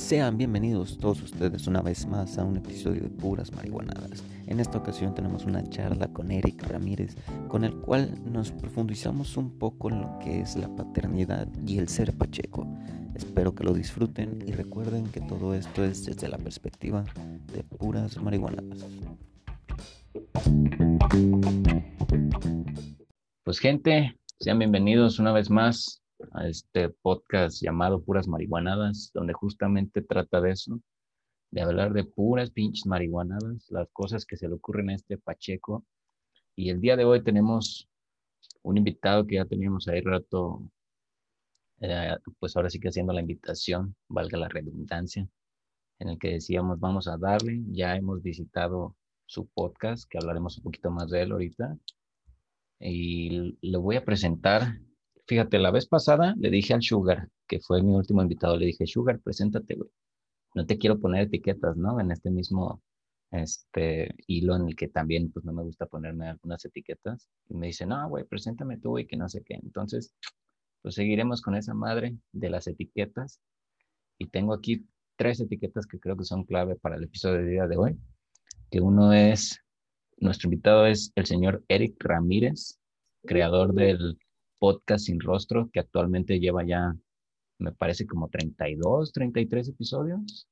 Sean bienvenidos todos ustedes una vez más a un episodio de Puras Marihuanadas. En esta ocasión tenemos una charla con Eric Ramírez, con el cual nos profundizamos un poco en lo que es la paternidad y el ser pacheco. Espero que lo disfruten y recuerden que todo esto es desde la perspectiva de Puras Marihuanadas. Pues gente, sean bienvenidos una vez más a este podcast llamado Puras Marihuanadas, donde justamente trata de eso, de hablar de puras pinches marihuanadas, las cosas que se le ocurren a este Pacheco. Y el día de hoy tenemos un invitado que ya teníamos ahí rato, pues ahora sí que haciendo la invitación, valga la redundancia, en el que decíamos vamos a darle, ya hemos visitado su podcast, que hablaremos un poquito más de él ahorita. Y lo voy a presentar. Fíjate, la vez pasada le dije al Sugar, que fue mi último invitado, le dije, Sugar, preséntate, güey. No te quiero poner etiquetas, ¿no? En este mismo hilo en el que también, pues, no me gusta ponerme algunas etiquetas. Y me dice, no, güey, preséntame tú, güey, que no sé qué. Entonces, pues seguiremos con esa madre de las etiquetas. Y tengo aquí 3 etiquetas que creo que son clave para el episodio del día de hoy. Que uno es, nuestro invitado es el señor Eric Ramírez, creador del podcast Sin Rostro, que actualmente lleva ya, me parece, como 32, 33 episodios.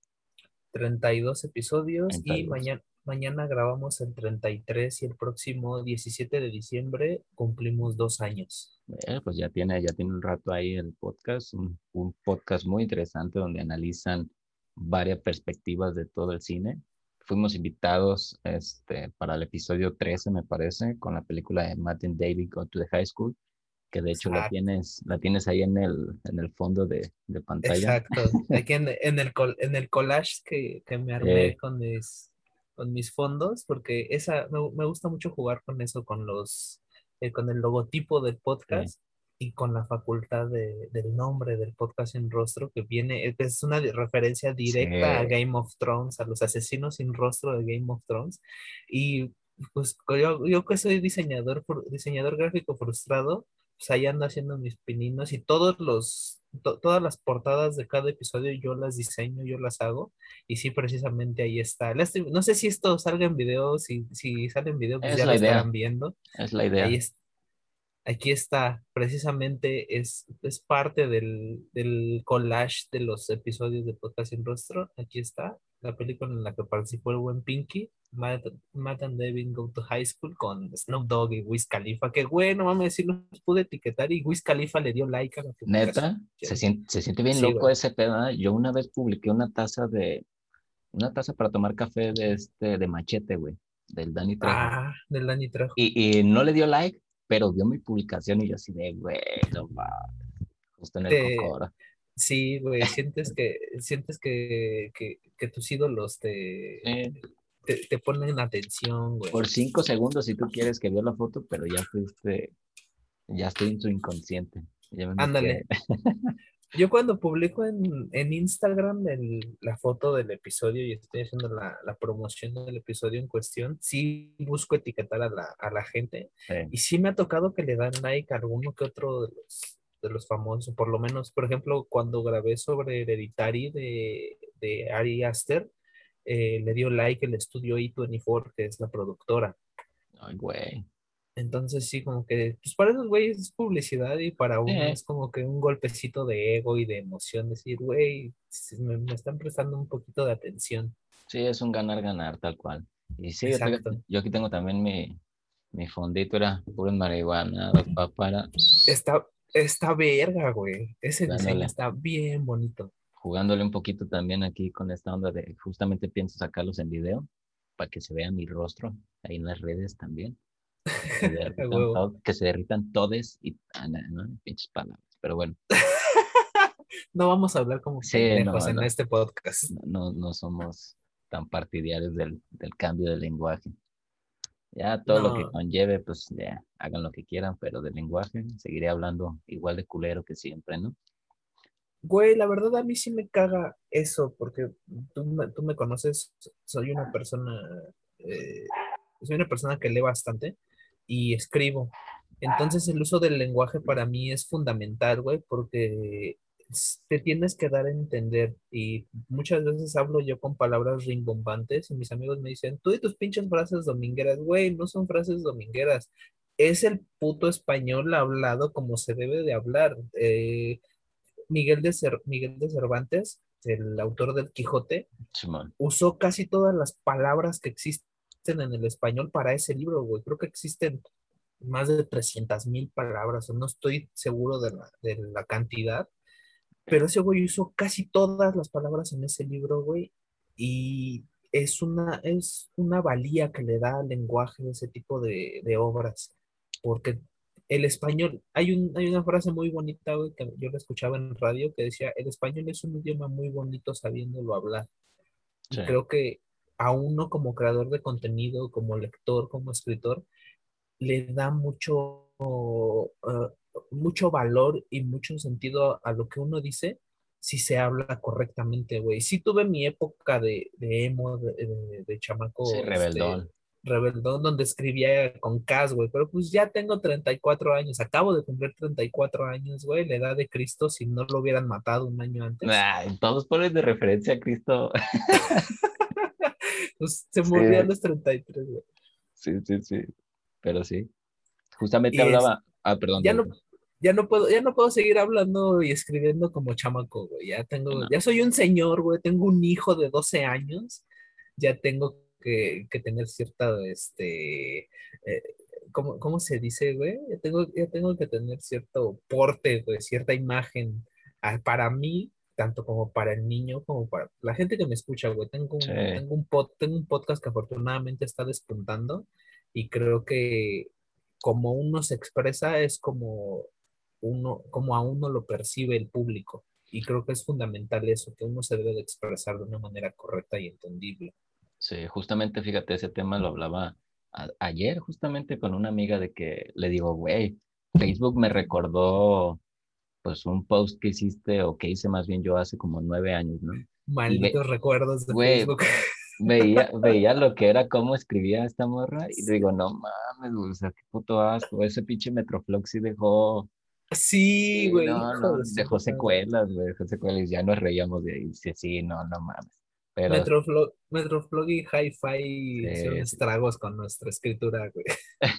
32 episodios y 32. mañana grabamos el 33 y el próximo 17 de diciembre cumplimos 2 años. Pues ya tiene un rato ahí el podcast, un podcast muy interesante donde analizan varias perspectivas de todo el cine. Fuimos invitados para el episodio 13, me parece, con la película de Matt and David Go to the High School, que de hecho Exacto, la tienes ahí en el fondo de pantalla. exacto. Aquí en el collage que me armé Eh, con mis fondos, porque me gusta mucho jugar con eso, con el logotipo del eh, podcast y con la facultad del nombre del podcast sin rostro, que es una referencia directa a se- Game of Thrones, a los asesinos sin rostro de Game of Thrones. Y pues yo que soy diseñador gráfico frustrado, pues ahí ando haciendo mis pininos y todas las portadas de cada episodio yo las diseño, yo las hago. Y sí, precisamente ahí está. No sé si esto salga en video, si sale en video, pues es ya lo la estarán idea, viendo. es la Ahí idea. es, Aquí está, precisamente es parte del collage de los episodios de Podcast Sin Rostro. Aquí está la película en la que participó el buen Pinky, Matt and Devin Go to High School con Snoop Dogg y Wiz Khalifa. Que bueno, mames, sí los pude etiquetar y Wiz Khalifa le dio like a la publicación. Neta, se siente bien Sí, loco güey. ese pedo, ¿eh? Yo una vez publiqué una taza para tomar café de Machete, güey, del Danny Trejo. Ah, del Dani Trejo. Y no le dio like, pero vio mi publicación y yo así de, güey, no va, justo en el Te, cocoro. sí, güey, sientes que tus ídolos Sí, te ponen atención, güey. por 5 segundos si tú quieres que vio la foto, pero ya estoy en su inconsciente. Ya me metí Ándale. Yo cuando publico en Instagram la foto del episodio y estoy haciendo la promoción del episodio en cuestión, sí busco etiquetar a la gente y sí me ha tocado que le dan like a alguno que otro de los famosos, por lo menos, por ejemplo, cuando grabé sobre Hereditary de Ari Aster, le dio like el estudio A24, que es la productora. Ay, güey. Entonces sí, como que, pues para esos güeyes es publicidad y para uno Sí, es como que un golpecito de ego y de emoción, decir, güey, me están prestando un poquito de atención. sí, es un ganar-ganar, tal cual. Y sí, Exacto. yo aquí tengo también mi fondito, era puro marihuana, para Está verga, güey. Ese diseño jugándole, está bien bonito. jugándole un poquito también aquí con esta onda de, justamente pienso sacarlos en video para que se vea mi rostro ahí en las redes también, A huevo. que se derritan todes y, no, pinches palabras, pero bueno, No vamos a hablar como sí, pendejos no, en no, este podcast. no somos tan partidarios del cambio de lenguaje. Ya todo lo que No, conlleve, pues ya hagan lo que quieran, pero del lenguaje seguiré hablando igual de culero que siempre, ¿no? güey, la verdad a mí sí me caga eso, porque tú me conoces, soy una persona, eh, soy una persona que lee bastante y escribo. Entonces el uso del lenguaje para mí es fundamental, güey, porque te tienes que dar a entender y muchas veces hablo yo con palabras rimbombantes y mis amigos me dicen, tú y tus pinches frases domingueras, güey, no son frases domingueras, es el puto español hablado como se debe de hablar. Miguel de Cervantes, el autor del Quijote, Simón. usó casi todas las palabras que existen en el español para ese libro, güey. Creo que existen más de 300,000 palabras, o no estoy seguro de la cantidad, pero ese güey usó casi todas las palabras en ese libro, güey, y es una valía que le da al lenguaje ese tipo de obras, porque el español, hay una frase muy bonita, güey, que yo la escuchaba en radio, que decía, el español es un idioma muy bonito sabiéndolo hablar, y Sí, creo que a uno como creador de contenido, como lector, como escritor, le da mucho valor y mucho sentido a lo que uno dice si se habla correctamente, güey. Sí tuve mi época de emo, de sí, chamaco, rebeldón. rebeldón, donde escribía con Cas, güey, pero pues ya tengo 34 años, acabo de cumplir 34 años, güey, la edad de Cristo, si no lo hubieran matado un año antes, Ay, todos ponen de referencia a Cristo. pues se Sí, murió a los 33, güey. sí, sí, sí. Pero sí. Justamente Y es, hablaba. Ah, perdón, ya dime. no, ya no puedo seguir hablando y escribiendo como chamaco, güey. No, Ya soy un señor, güey. Tengo un hijo de 12 años. Ya tengo que tener cierta, ¿cómo se dice, güey? Ya tengo que tener cierto porte, güey, cierta imagen para mí, tanto como para el niño, como para la gente que me escucha, güey. Tengo sí, un, tengo un, tengo un podcast que afortunadamente está despuntando y creo que como uno se expresa es como a uno lo percibe el público. Y creo que es fundamental eso, que uno se debe de expresar de una manera correcta y entendible. sí. Justamente, fíjate, ese tema lo hablaba ayer, justamente con una amiga de que le digo, güey, Facebook me recordó, pues, un post que hiciste o que hice más bien yo hace como 9 años, ¿no? Y Malditos recuerdos de güey, Facebook. veía lo que era, cómo escribía esta morra y digo, no mames, güey, o sea, qué puto asco, ese pinche Metroflog sí dejó, Sí, sí, güey, no, hijo no, de su dejó puta madre. secuelas, güey, dejó secuelas y ya nos reíamos de ahí, sí, sí, no, no mames, pero Metroflog y Hi-Fi hicieron sí, sí, estragos con nuestra escritura, güey.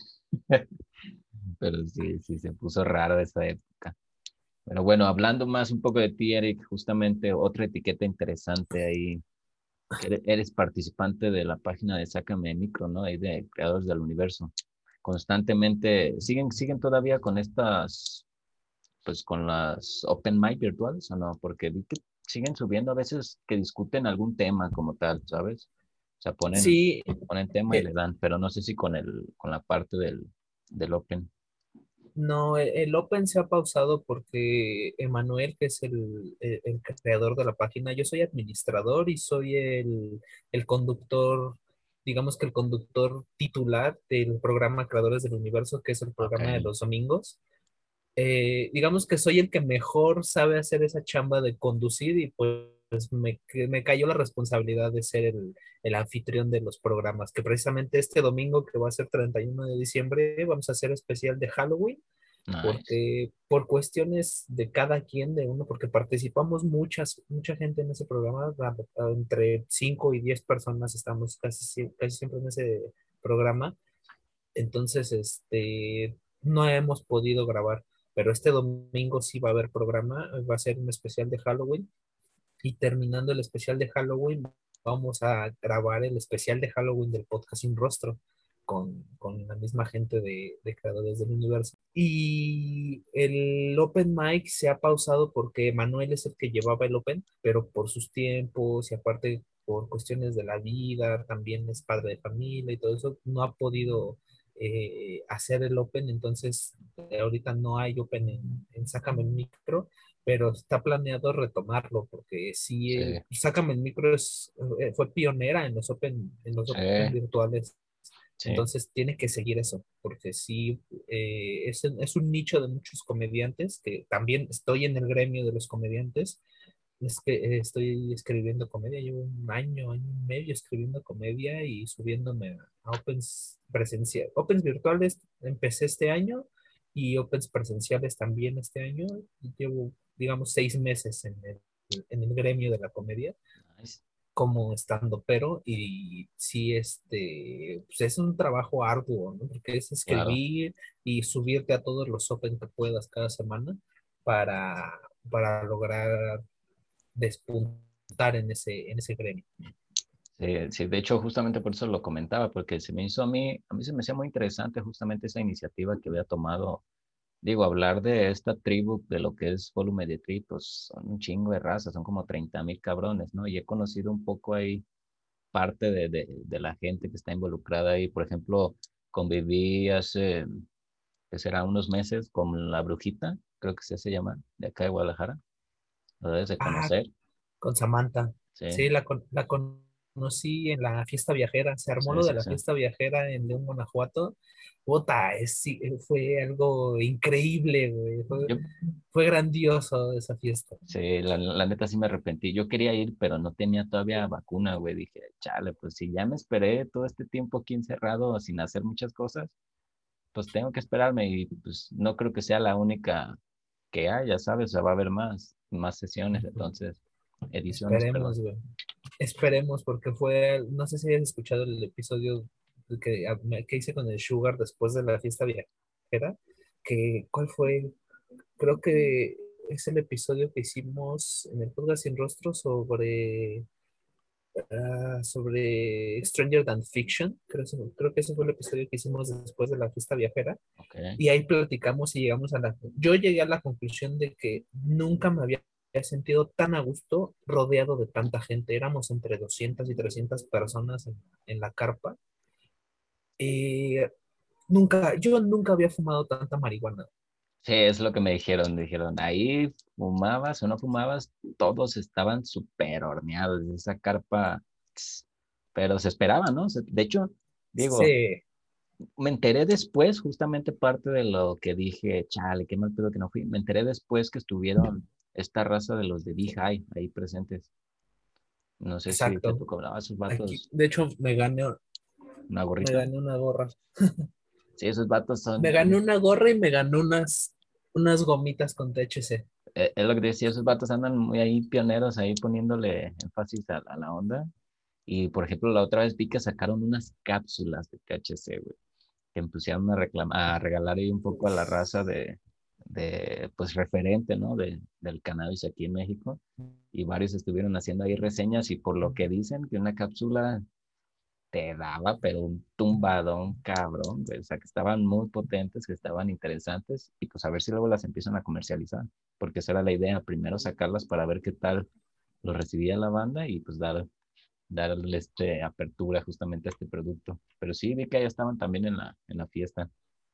pero sí, sí, se puso raro esa época. Pero bueno, hablando más un poco de ti, Eric, justamente otra etiqueta interesante ahí, que eres participante de la página de Sácame Micro, ¿no? Ahí de Creadores del Universo. Constantemente, siguen todavía con estas, pues con las Open Mic virtuales o no? Porque vi que siguen subiendo a veces que discuten algún tema como tal, ¿sabes? O sea, Sí, ponen tema y eh, le dan, pero no sé si con la parte del Open. no, el Open se ha pausado porque Emanuel, que es el creador de la página, yo soy administrador y soy el conductor, digamos que el conductor titular del programa Creadores del Universo, que es el Ok, programa de los domingos. Digamos que soy el que mejor sabe hacer esa chamba de conducir y pues me cayó la responsabilidad de ser el anfitrión de los programas, que precisamente este domingo, que va a ser 31 de diciembre, vamos a hacer especial de Halloween, nice. porque por cuestiones de cada quien, de uno, porque participamos mucha gente en ese programa, entre 5 y 10 personas estamos casi siempre en ese programa. Entonces, no hemos podido grabar, pero este domingo sí va a haber programa, va a ser un especial de Halloween y terminando el especial de Halloween vamos a grabar el especial de Halloween del podcast Sin Rostro con la misma gente de Creadores del Universo. Y el Open Mic se ha pausado porque Manuel es el que llevaba el Open, pero por sus tiempos y aparte por cuestiones de la vida, también es padre de familia y todo eso, no ha podido hacer el Open, entonces ahorita no hay Open en Sácame el Micro, pero está planeado retomarlo porque sí, Sí, Sácame el Micro fue pionera en los sí, Open virtuales, sí, entonces tiene que seguir eso, porque sí, es un nicho de muchos comediantes, que también estoy en el gremio de los comediantes, es que estoy escribiendo comedia, llevo un año y medio escribiendo comedia y subiéndome a Opens presencial. Opens virtuales empecé este año y Opens presenciales también este año. Llevo, digamos, 6 meses en el gremio de la comedia Nice. como estando pero y sí, pues es un trabajo arduo, ¿no? Porque es Claro. escribir y subirte a todos los Open que puedas cada semana para, para lograr despuntar en ese gremio. Sí, sí, de hecho, justamente por eso lo comentaba, porque se me hizo a mí se me hacía muy interesante justamente esa iniciativa que había tomado. Digo, hablar de esta tribu, de lo que es Volumetry, pues son un chingo de razas, son como 30,000 cabrones, ¿no? Y he conocido un poco ahí parte de la gente que está involucrada ahí. Por ejemplo, conviví hace, que será unos meses con la Brujita, creo que se hace llamar, de acá de Guadalajara, lo debes de Ah, conocer, con Samantha. sí, Sí, la conocí en la fiesta viajera. Se armó sí, lo de sí, la sí. fiesta viajera en León, Guanajuato. Puta, sí, fue algo increíble, güey. Yo, Fue grandioso esa fiesta. sí, la neta sí me arrepentí. Yo quería ir, pero no tenía todavía vacuna, güey. Dije, chale, pues si ya me esperé todo este tiempo aquí encerrado sin hacer muchas cosas, pues tengo que esperarme y pues no creo que sea la única que haya, ¿sabes? O sea, va a haber más sesiones, entonces, ediciones, perdón. Esperemos, güey. Esperemos, porque no sé si hayas escuchado el episodio que hice con el Sugar después de la fiesta viajera. ¿Cuál fue? Creo que es el episodio que hicimos en el podcast Sin Rostro sobre Stranger Than Fiction. Creo que ese fue el episodio que hicimos después de la fiesta viajera. Ok, Y ahí platicamos y llegamos Yo llegué a la conclusión de que nunca me había sentido tan a gusto rodeado de tanta gente. Éramos entre 200 y 300 personas en la carpa. Yo nunca había fumado tanta marihuana. sí, es lo que me dijeron. Dijeron, ahí fumabas o no fumabas, todos estaban súper horneados. Esa carpa, tss, pero se esperaba, ¿no? De hecho, digo, Sí, me enteré después, justamente parte de lo que dije, chale, qué mal pedo que no fui. Me enteré después que estuvieron esta raza de los de High ahí presentes. No sé si te exacto. tocó, no, esos Aquí, vatos, de hecho, una me gorrita. gané una gorra. Sí, esos vatos Me son, gané una gorra y me gané unas gomitas con THC. es lo que decía, esos vatos andan muy ahí pioneros, ahí poniéndole énfasis a la onda. Y por ejemplo, la otra vez vi que sacaron unas cápsulas de THC, güey, que empezaron a regalar ahí un poco a la raza pues referente, ¿no? Del cannabis aquí en México. Y varios estuvieron haciendo ahí reseñas y por lo que dicen que una cápsula te daba, pero un tumbadón cabrón, güey. O sea, que estaban muy potentes, que estaban interesantes y pues a ver si luego las empiezan a comercializar, porque esa era la idea, primero sacarlas para ver qué tal lo recibía la banda y pues darle apertura justamente a este producto. Pero sí, vi que ya estaban también en la fiesta.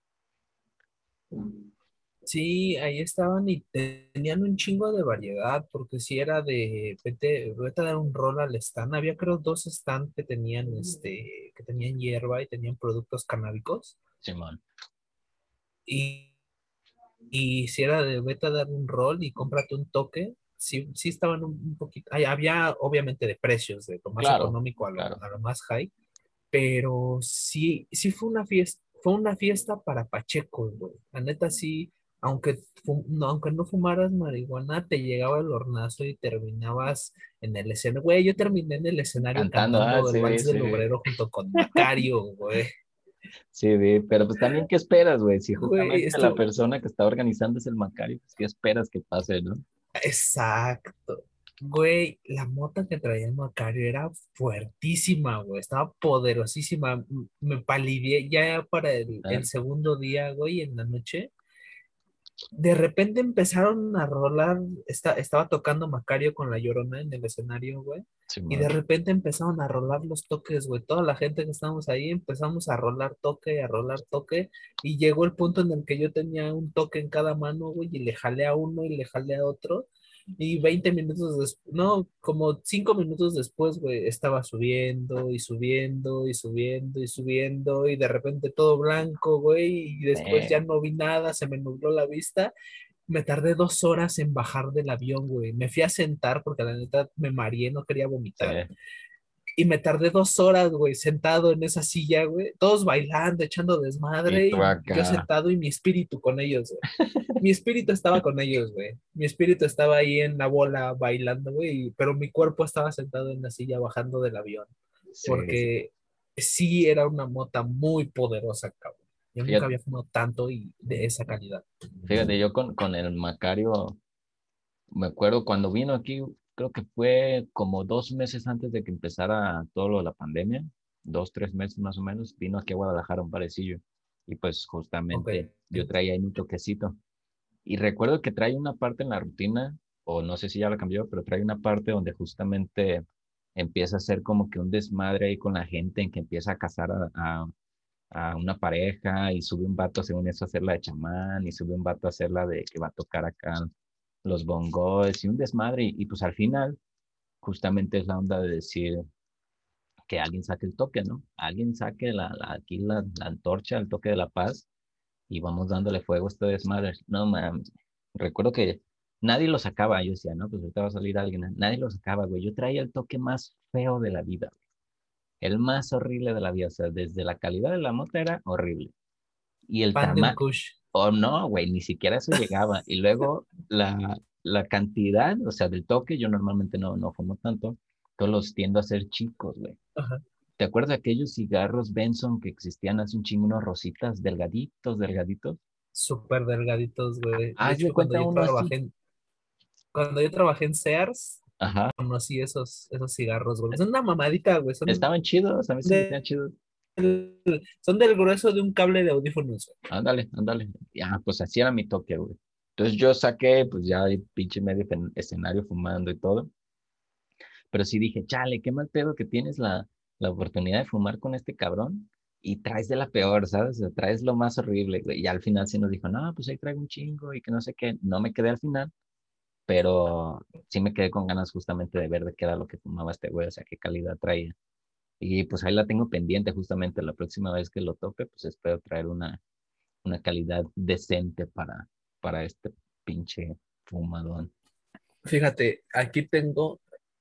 Sí, ahí estaban y tenían un chingo de variedad, porque si era vete a dar un rol al stand. Había creo dos stands que tenían hierba y tenían productos canábicos. Simón, Y, y si era de vete a dar un rol y cómprate un toque, sí, sí estaban un poquito. Había obviamente de precios, de lo más claro, económico a lo, claro. a lo más high, pero sí, sí fue una fiesta para Pacheco, güey. La neta sí, aunque no fumaras marihuana, te llegaba el hornazo y terminabas en el escenario. Güey, yo terminé en el escenario Cantando, cantando el sí, vi, Vals sí, del vi. Obrero junto con Macario, güey. Sí, vi, pero pues también, ¿qué esperas, güey? Si Güey, justamente la esto, persona que está organizando es el Macario, pues ¿qué esperas que pase, no? exacto. Güey, la mota que traía el Macario era fuertísima, güey. Estaba poderosísima. Me palideé ya para el ¿Eh? segundo día, güey, en la noche. De repente empezaron a rolar, estaba tocando Macario con La Llorona en el escenario, güey, y de Simón. repente empezaron a rolar los toques, güey, toda la gente que estábamos ahí empezamos a rolar toque, y llegó el punto en el que yo tenía un toque en cada mano, güey, y le jalé a uno y le jalé a otro, y 20 minutos después, no, como 5 minutos después, güey, estaba subiendo y subiendo y subiendo y subiendo y de repente todo blanco, güey, y después ya Eh, no vi nada, se me nubló la vista. Me tardé 2 horas en bajar del avión, güey. Me fui a sentar porque la neta me mareé, no quería sí. vomitar. Y me tardé 2 horas, güey, sentado en esa silla, güey, todos bailando, echando Y desmadre, tú y yo acá. sentado y mi espíritu con ellos, güey. Mi espíritu estaba con ellos, güey. Mi espíritu estaba ahí en la bola bailando, güey, pero mi cuerpo estaba sentado en la silla bajando del avión, Sí, sí. porque sí era una mota muy poderosa, cabrón. Yo nunca Fíjate, había fumado tanto y de esa calidad. fíjate, yo con el Macario, me acuerdo cuando vino aquí, creo que fue como 2 meses antes de que empezara todo lo de la pandemia, 2, 3 meses más o menos, vino aquí a Guadalajara un parecillo. Y pues Ok. justamente yo traía ahí mi toquecito. Y recuerdo que trae una parte en la rutina, o no sé si ya la cambió, pero trae una parte donde justamente empieza a ser como que un desmadre ahí con la gente, en que empieza a casar a una pareja y sube un vato según eso a hacer la de chamán y sube un vato a hacer la de que va a tocar acá los bongos y un desmadre y pues al final justamente es la onda de decir que alguien saque el toque, ¿no? Alguien saque aquí la antorcha, el toque de la paz y vamos dándole fuego a este desmadre. No mames, recuerdo que nadie lo sacaba, yo decía, no, pues ahorita va a salir alguien, nadie lo sacaba, güey, yo traía el toque más feo de la vida, el más horrible de la vida, o sea, desde la calidad de la mota era horrible. Y el Pan de un tamaño, kush. o no, güey, ni siquiera eso llegaba. Y luego la cantidad, o sea, del toque, yo normalmente no fumo tanto, todos los tiendo a ser chicos, güey. Ajá. ¿Te acuerdas de aquellos cigarros Benson que existían hace un chingo, unos rositas, delgaditos, delgaditos? Súper delgaditos, güey. De Haz de hecho, cuenta uno así. cuando yo trabajé en Sears, Ajá. conocí esos cigarros, güey. Son una mamadita, güey. Estaban chidos, a mí se me hacían De- chidos. son del grueso de un cable de audífonos, güey. Ándale, ándale. Ya, pues así era mi toque, güey. Entonces yo saqué, pues ya el pinche medio escenario fumando y todo. Pero sí dije, chale, qué mal pedo que tienes la oportunidad de fumar con este cabrón y traes de la peor, ¿sabes? O sea, traes lo más horrible, güey. Y al final sí nos dijo, no, pues ahí traigo un chingo y que no sé qué. No me quedé al final, pero sí me quedé con ganas justamente de ver de qué era lo que fumaba este güey, o sea, qué calidad traía. Y pues ahí la tengo pendiente justamente la próxima vez que lo tope, pues espero traer una calidad decente para este pinche fumadón. Fíjate, aquí tengo,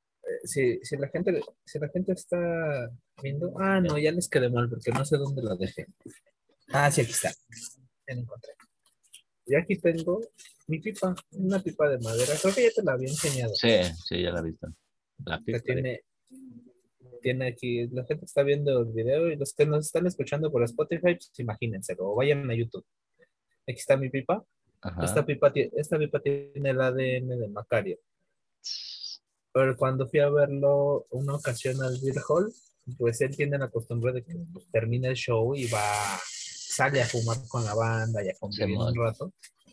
si la gente está viendo, no, ya les quedé mal porque no sé dónde la dejé. Ah, sí, aquí está, ya la encontré. Y aquí tengo mi pipa, una pipa de madera, creo que ya te la había enseñado, Sí, sí, ya la he visto. La que pipa de... tiene aquí, la gente está viendo el video y los que nos están escuchando por Spotify, pues imagínenselo, o vayan a YouTube. Aquí está mi pipa. Ajá. Esta pipa tiene el ADN de Macario. Pero cuando fui a verlo una ocasión al Beer Hall, pues él tiene la costumbre de que pues, termina el show y sale a fumar con la banda y a convivir un Simón. rato.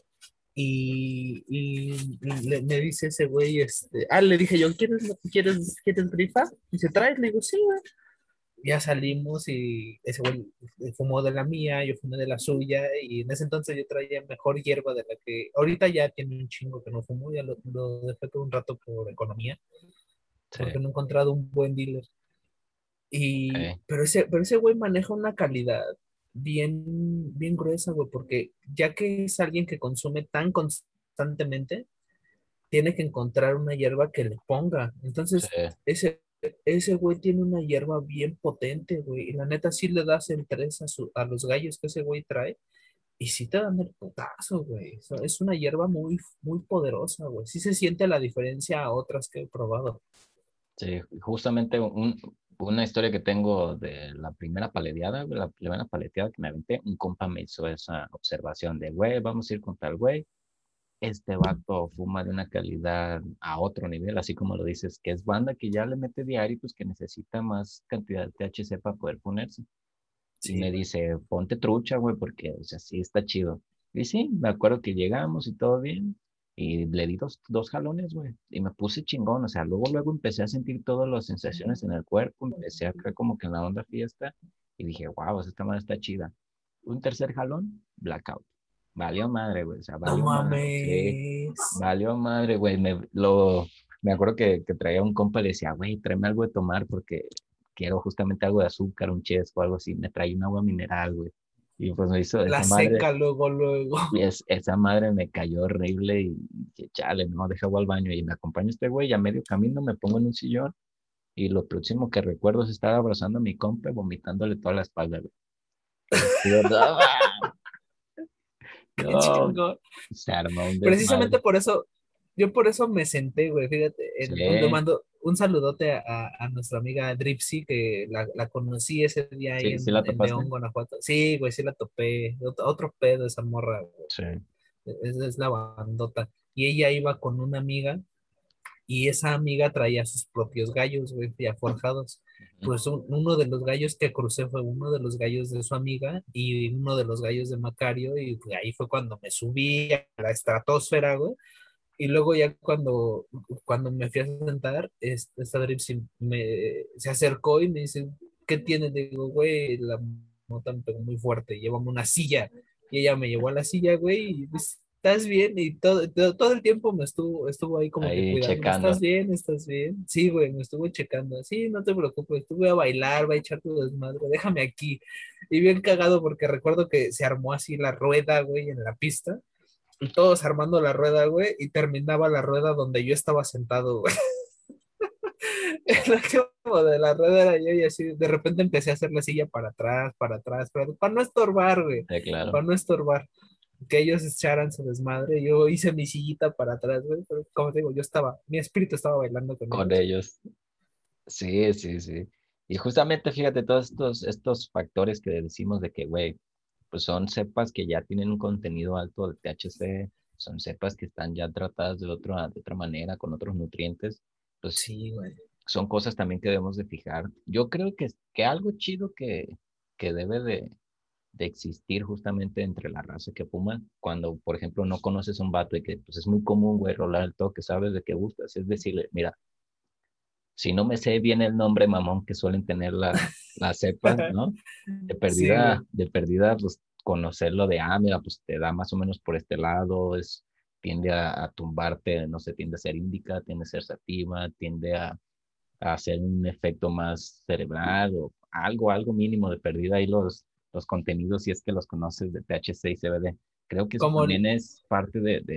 Me dice ese güey, le dije yo, ¿quieres rifa? Y se trae, le digo, sí, güey. Ya salimos y ese güey fumó de la mía, yo fumé de la suya, y en ese entonces yo traía mejor hierba de la que ahorita ya tiene un chingo que no fumo, ya lo dejé por un rato por economía, Sí. porque no he encontrado un buen dealer. Ok. Pero ese güey maneja una calidad bien gruesa, güey, porque ya que es alguien que consume tan constantemente, tiene que encontrar una hierba que le ponga. Sí. Entonces, ese güey tiene una hierba bien potente, güey. Y la neta sí le das el tres a los gallos que ese güey trae. Y sí te dan el putazo, güey. O sea, es una hierba muy poderosa, güey. Sí se siente la diferencia a otras que he probado. Sí, justamente una historia que tengo de la primera paleteada, güey, la primera paleteada que me aventé, un compa me hizo esa observación de, güey, vamos a ir con tal güey, este vato fuma de una calidad a otro nivel, así como lo dices, que es banda que ya le mete diario, pues que necesita más cantidad de THC para poder ponerse. Y Sí, me güey. dice, ponte trucha, güey, porque, o sea, sí está chido. Y sí, me acuerdo que llegamos y todo bien. Y le di dos jalones, güey. Y me puse chingón. O sea, luego empecé a sentir todas las sensaciones en el cuerpo. Empecé a creer como que en la onda fiesta. Y dije, wow, esta madre está chida. Un tercer jalón, blackout. Valió madre, güey. O sea, No valió madre. Sí, mames. valió madre, güey. Me acuerdo que traía un compa y le decía, güey, tráeme algo de tomar porque quiero justamente algo de azúcar, un chesco o algo así. Me traía un agua mineral, güey. Y pues me hizo La esa madre, seca luego. y esa madre me cayó horrible y dije, chale, no, deja voy al baño. Y me acompaña este güey, y a medio camino me pongo en un sillón Y lo próximo que recuerdo es estar abrazando a mi compa y vomitándole toda la espalda, güey. Y yo, no, Qué no, chingón. se armó un Precisamente desmadre. por eso, yo por eso me senté, güey, fíjate, Sí, le mando un saludote a nuestra amiga Dripsy, que la conocí ese día ahí sí, sí la en topaste. León, Guanajuato. Sí, güey, sí la topé, otro pedo esa morra, güey. Sí. Es la bandota. Y ella iba con una amiga y esa amiga traía sus propios gallos, güey, ya forjados. Ujú. Pues uno de los gallos que crucé fue uno de los gallos de su amiga y uno de los gallos de Macario, y pues, ahí fue cuando me subí a la estratosfera, güey. Y luego ya cuando me fui a sentar, esta Dripsy se acercó y me dice, ¿qué tienes? Le digo, güey, la mota me pegó muy fuerte, llévame una silla. Y ella me llevó a la silla, güey, y dice, ¿estás bien? Y todo el tiempo estuvo ahí como que Ahí cuidándome, ¿estás checando. bien? ¿Estás bien? Sí, güey, me estuvo checando. Sí, no te preocupes, tú voy a bailar, voy a echar tu desmadre, déjame aquí. Y bien cagado porque recuerdo que se armó así la rueda, güey, en la pista y todos armando la rueda, güey, y terminaba la rueda donde yo estaba sentado, güey. El último de la rueda era yo y así, de repente empecé a hacer la silla para atrás, para no estorbar, güey, Sí, claro. para no estorbar, que ellos echaran su desmadre. Yo hice mi sillita para atrás, güey, pero como te digo, mi espíritu estaba bailando con Con ellos. ellos. Sí, sí, sí. Y justamente fíjate, todos estos factores que decimos de que, güey, pues son cepas que ya tienen un contenido alto de THC, son cepas que están ya tratadas de otra manera, con otros nutrientes, pues Sí, güey. son cosas también que debemos de fijar. Yo creo que algo chido que debe de existir justamente entre la raza que fuma, cuando, por ejemplo, no conoces a un vato y que pues es muy común, güey, rolar el toque, sabes de qué gustas, es decirle, mira, si no me sé bien el nombre mamón que suelen tener las cepas, ¿no? Sí, güey. De perdida, pues conocerlo de, mira, pues te da más o menos por este lado, tiende a tumbarte, no sé, tiende a ser índica, tiende a ser sativa, tiende a hacer un efecto más cerebral o algo mínimo de perdida ahí los contenidos, si es que los conoces de THC y CBD. Creo que eso Como, también es parte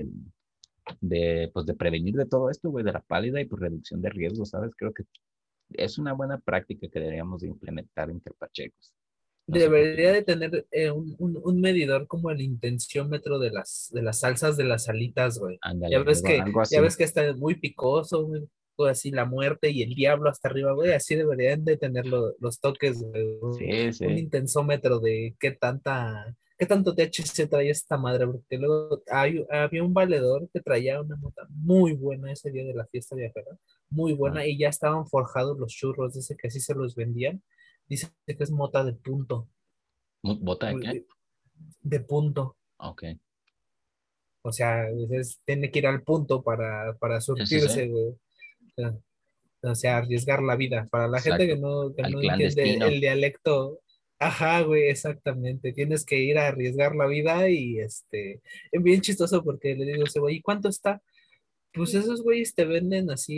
pues de prevenir de todo esto, güey, de la pálida y pues reducción de riesgos, ¿sabes? Creo que es una buena práctica que deberíamos de implementar entre pachecos. No sé qué debería opinas. de tener un medidor como el intenciómetro de las salsas de las alitas, güey. Ya Ándale, ves que, algo ya así. ves que está muy picoso, muy, todo así la muerte y el diablo hasta arriba, güey. Así deberían de tener los toques, güey. Sí, Un sí. intensómetro de qué tanto THC trae esta madre, porque luego había un valedor que traía una nota muy buena ese día de la fiesta viajera, muy Ah, buena, y ya estaban forjados los churros, dice que así se los vendían. Dice que es mota de punto, ¿bota de qué? de punto. Ok. O sea, tiene que ir al punto para Sí, sí, sí. surtirse, güey. O sea, arriesgar la vida. Para la gente que Exacto. no, que Al no entiende clandestino. el dialecto, ajá, güey, exactamente. Tienes que ir a arriesgar la vida y es bien chistoso porque le digo, ese güey, ¿y cuánto está? Pues esos güeyes te venden así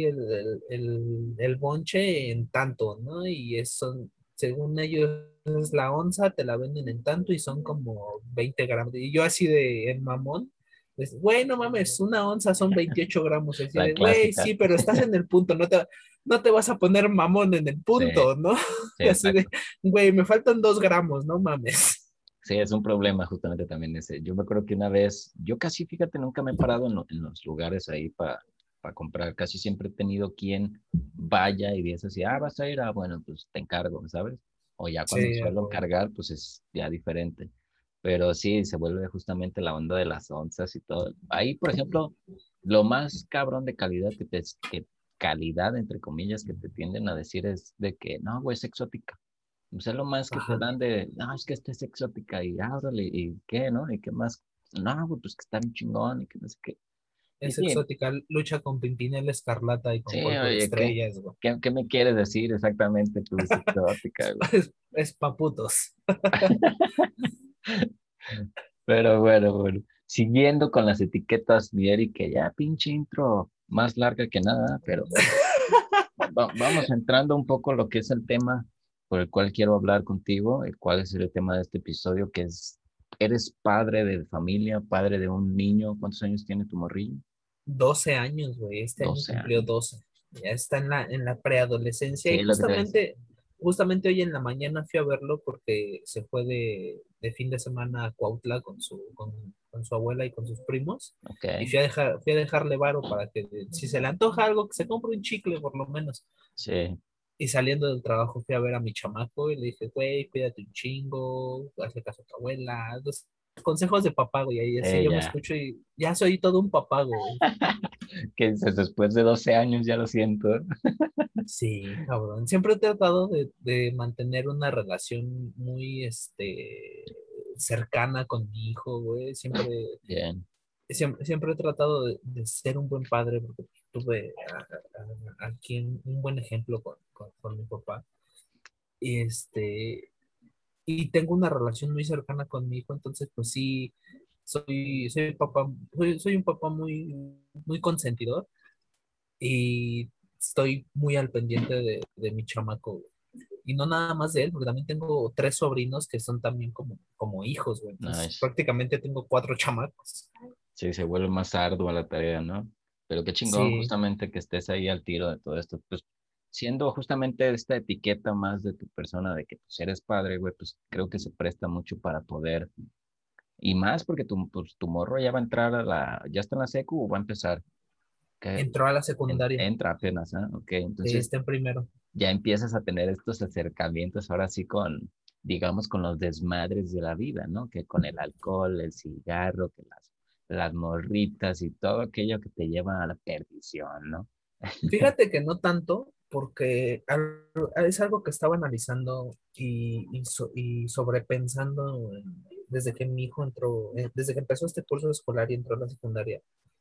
el bonche en tanto, ¿no? Y son, según ellos, es la onza, te la venden en tanto y son como 20 gramos. Y yo así en mamón, pues, güey, no mames, una onza son 28 gramos. Así La de, güey, clásica. sí, pero estás en el punto, no te vas a poner mamón en el Sí, punto, ¿no? sí, Así de, exacto. güey, me faltan 2 gramos, no mames. Sí, es un problema justamente también ese. Yo me acuerdo que una vez, yo casi, fíjate, nunca me he parado en los lugares ahí para comprar. Casi siempre he tenido quien vaya y dice así, vas a ir, bueno, pues te encargo, ¿sabes? O ya cuando Sí, suelo güey. cargar, pues es ya diferente. Pero sí, se vuelve justamente la onda de las onzas y todo. Ahí, por ejemplo, lo más cabrón de calidad que calidad, entre comillas, que te tienden a decir es de que, no, güey, es exótica. O sea, lo más que te Ajá. dan de, no, es que esta es exótica y ábrale, y qué, ¿no? Y qué más, no, güey, pues que está bien chingón y que no sé qué. Y Es sí, exótica, lucha con Pimpinela Escarlata y sí, con Polvo de oye, Estrellas, güey. qué me quieres decir exactamente tú, es exótica, güey? Es pa' putos. Pero bueno, siguiendo con las etiquetas, mi Eric, que ya pinche intro más larga que nada, pero vamos entrando un poco en lo que es el tema por el cual quiero hablar contigo, el cual es el tema de este episodio, que es, ¿eres padre de familia, padre de un niño? ¿Cuántos años tiene tu morrillo? 12 años, güey. Este año 12 cumplió años. 12. ya está en la preadolescencia y Sí, lo que te voy a decir. justamente hoy en la mañana fui a verlo porque se fue de fin de semana a Cuautla con su abuela y con sus primos Ok, y fui a dejarle varo para que si se le antoja algo, que se compre un chicle por lo menos. sí. Y saliendo del trabajo fui a ver a mi chamaco y le dije, güey, cuídate un chingo, hazle caso a tu abuela, los consejos de papá, güey, y así yo me Ya. escucho y ya soy todo un papá, güey. Que dices, después de 12 años ya lo siento. Sí, cabrón. Siempre he tratado de mantener una relación muy, cercana con mi hijo, güey. Bien. Siempre he tratado de ser un buen padre porque tuve aquí un buen ejemplo con mi papá. Y y tengo una relación muy cercana con mi hijo, entonces pues sí, soy papá, soy un papá muy consentidor y estoy muy al pendiente de mi chamaco, güey. Y no nada más de él, porque también tengo tres sobrinos que son también como hijos, güey. Entonces Nice. prácticamente tengo cuatro chamacos. Sí, se vuelve más ardua la tarea, ¿no? Pero qué chingón Sí, justamente que estés ahí al tiro de todo esto. Pues siendo justamente esta etiqueta más de tu persona de que pues eres padre, güey, pues creo que se presta mucho para poder. Y más porque tu morro ya va a entrar ya está en la secu o va a empezar. Que entró a la secundaria, entra apenas, ¿ah? Ok, entonces está en primero. ya empiezas a tener estos acercamientos ahora sí con, digamos, con los desmadres de la vida, ¿no? Que con el alcohol, el cigarro, que las morritas y todo aquello que te lleva a la perdición, ¿no? Fíjate que no tanto, porque es algo que estaba analizando y sobrepensando desde que mi hijo entró, desde que empezó este curso escolar y entró a la secundaria.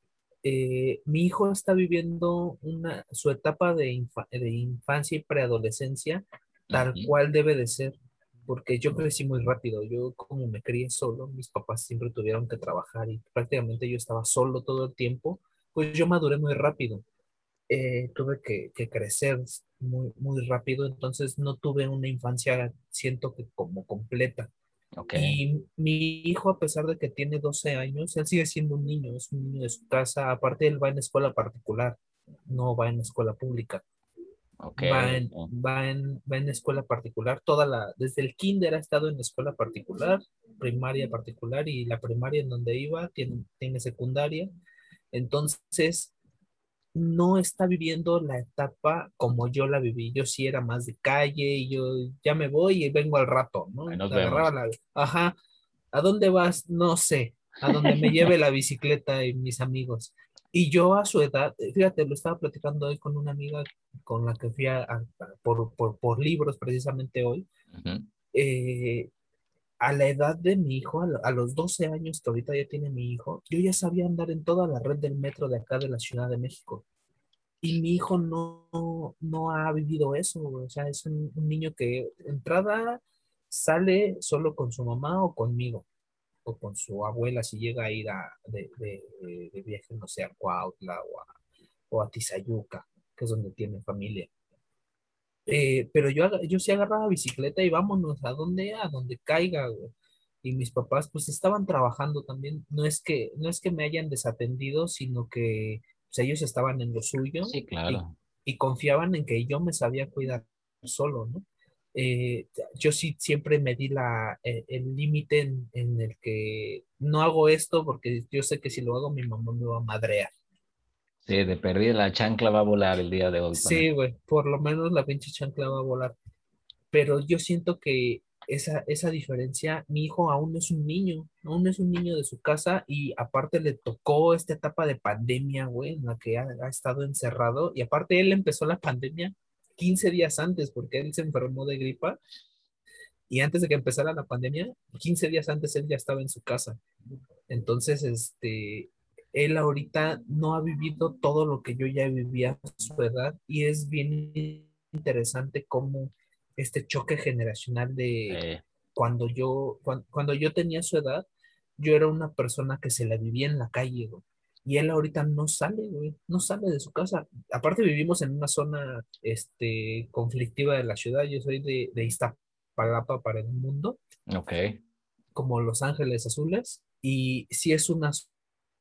Mi hijo está viviendo su etapa de infancia y preadolescencia tal Ujú. cual debe de ser, porque yo crecí muy rápido. Yo como me crié solo, mis papás siempre tuvieron que trabajar y prácticamente yo estaba solo todo el tiempo, pues yo maduré muy rápido. Tuve que crecer muy rápido, entonces no tuve una infancia, siento que como completa. Ok, Y mi hijo, a pesar de que tiene 12 años, él sigue siendo un niño, es un niño de su casa. Aparte, él va en escuela particular, no va en escuela pública. ok, ok. Va en escuela particular. Desde el kinder ha estado en escuela particular, primaria particular, y la primaria en donde iba tiene secundaria. Entonces, no está viviendo la etapa como yo la viví. Yo sí era más de calle y yo ya me voy y vengo al rato, Ahí ¿no? nos Agarraba vemos. ajá, ¿a dónde vas? No sé, a donde me lleve la bicicleta y mis amigos. Y yo a su edad, fíjate, lo estaba platicando hoy con una amiga con la que fui por libros precisamente hoy. Ujú. eh, a la edad de mi hijo, a los 12 años que ahorita ya tiene mi hijo, yo ya sabía andar en toda la red del metro de acá de la Ciudad de México. Y mi hijo no ha vivido eso, güey. O sea, es un niño que de entrada sale solo con su mamá o conmigo, o con su abuela si llega a ir de viaje, no sé, a Cuautla o a Tizayuca, que es donde tiene familia. Pero yo sí agarraba bicicleta y vámonos, a donde caiga, güey. Y mis papás pues estaban trabajando también. No es que me hayan desatendido, sino que pues, ellos estaban en lo suyo Sí, y, claro. y confiaban en que yo me sabía cuidar solo, ¿no? Yo sí siempre me di el límite en el que no hago esto porque yo sé que si lo hago mi mamá me va a madrear. Sí, de perdida la chancla va a volar el día de hoy con Sí, eso. güey, por lo menos la pinche chancla va a volar. Pero yo siento que esa diferencia, mi hijo aún es un niño de su casa y aparte le tocó esta etapa de pandemia, güey, en la que ha estado encerrado y aparte él empezó la pandemia 15 días antes porque él se enfermó de gripa y antes de que empezara la pandemia, 15 días antes él ya estaba en su casa. Entonces, él ahorita no ha vivido todo lo que yo ya vivía a su edad y es bien interesante cómo este choque generacional de Eh, cuando yo tenía su edad, yo era una persona que se la vivía en la calle, güey. Y él ahorita no sale, güey, no sale de su casa. Aparte vivimos en una zona, conflictiva de la ciudad. Yo soy de Iztapalapa para el mundo, ok. como Los Ángeles Azules, y sí es una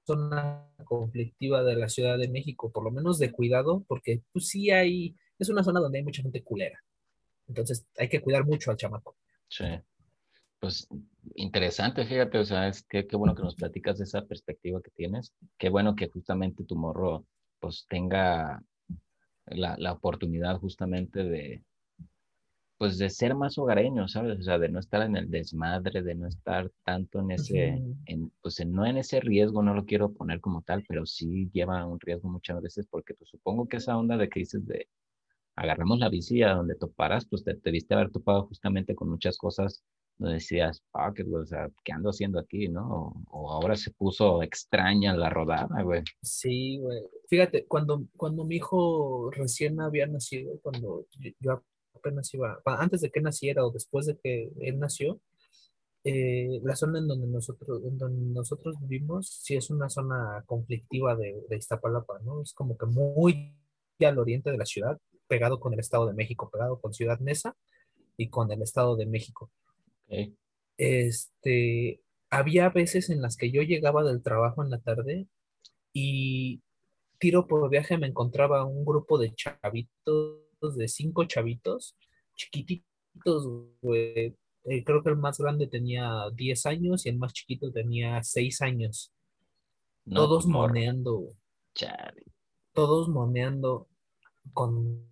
zona conflictiva de la Ciudad de México, por lo menos de cuidado, porque pues sí es una zona donde hay mucha gente culera. Entonces hay que cuidar mucho al chamaco. Sí. Pues interesante, fíjate, o sea, es que qué bueno que nos platicas de esa perspectiva que tienes. Qué bueno que justamente tu morro pues tenga la oportunidad justamente de, pues de ser más hogareño, ¿sabes? O sea, de no estar en el desmadre, de no estar tanto en ese, Ujú. pues no en ese riesgo, no lo quiero poner como tal, pero sí lleva un riesgo muchas veces porque pues supongo que esa onda de crisis de agarramos la bici a donde toparas, pues te debiste haber topado justamente con muchas cosas donde decías, fuck, it, güey, o sea, ¿qué ando haciendo aquí, no? O ahora se puso extraña la rodada, güey. Sí, güey. Fíjate, cuando mi hijo recién había nacido, cuando yo apenas antes de que naciera o después de que él nació, la zona en donde nosotros vivimos, sí es una zona conflictiva de Iztapalapa, ¿no? Es como que muy al oriente de la ciudad, pegado con el Estado de México, pegado con Ciudad Neza y con el Estado de México. Ok. Este, había veces en las que yo llegaba del trabajo en la tarde y tiro por viaje me encontraba un grupo de chavitos, de 5 chavitos, chiquititos, güey. Creo que el más grande tenía 10 años y el más chiquito tenía 6 años. No, pues Todos morro, moneando, güey. chale, Todos moneando con,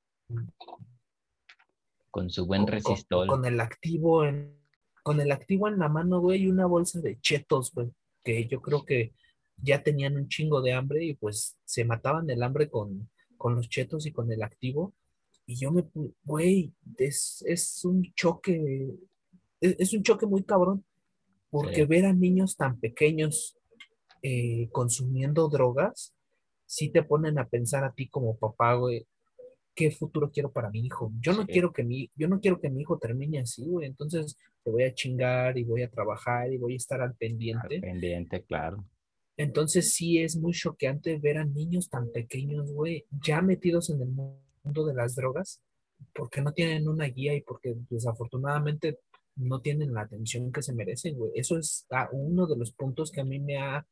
con su buen con, con- resistol. con el activo en la mano, güey, y una bolsa de chetos, güey, que yo creo que ya tenían un chingo de hambre y pues se mataban el hambre con los chetos y con el activo. Y güey, es un choque, es un choque muy cabrón, porque Sí, ver a niños tan pequeños consumiendo drogas, sí te ponen a pensar a ti como papá, güey, qué futuro quiero para mi hijo. sí, Yo no quiero que mi hijo termine así, güey. Entonces te voy a chingar y voy a trabajar y voy a estar al al pendiente. pendiente, claro. Entonces sí es muy choqueante ver a niños tan pequeños, güey, ya metidos en el mundo de las drogas, porque no tienen una guía y porque desafortunadamente no tienen la atención que se merecen, güey. Eso es uno de los puntos que a mí me ha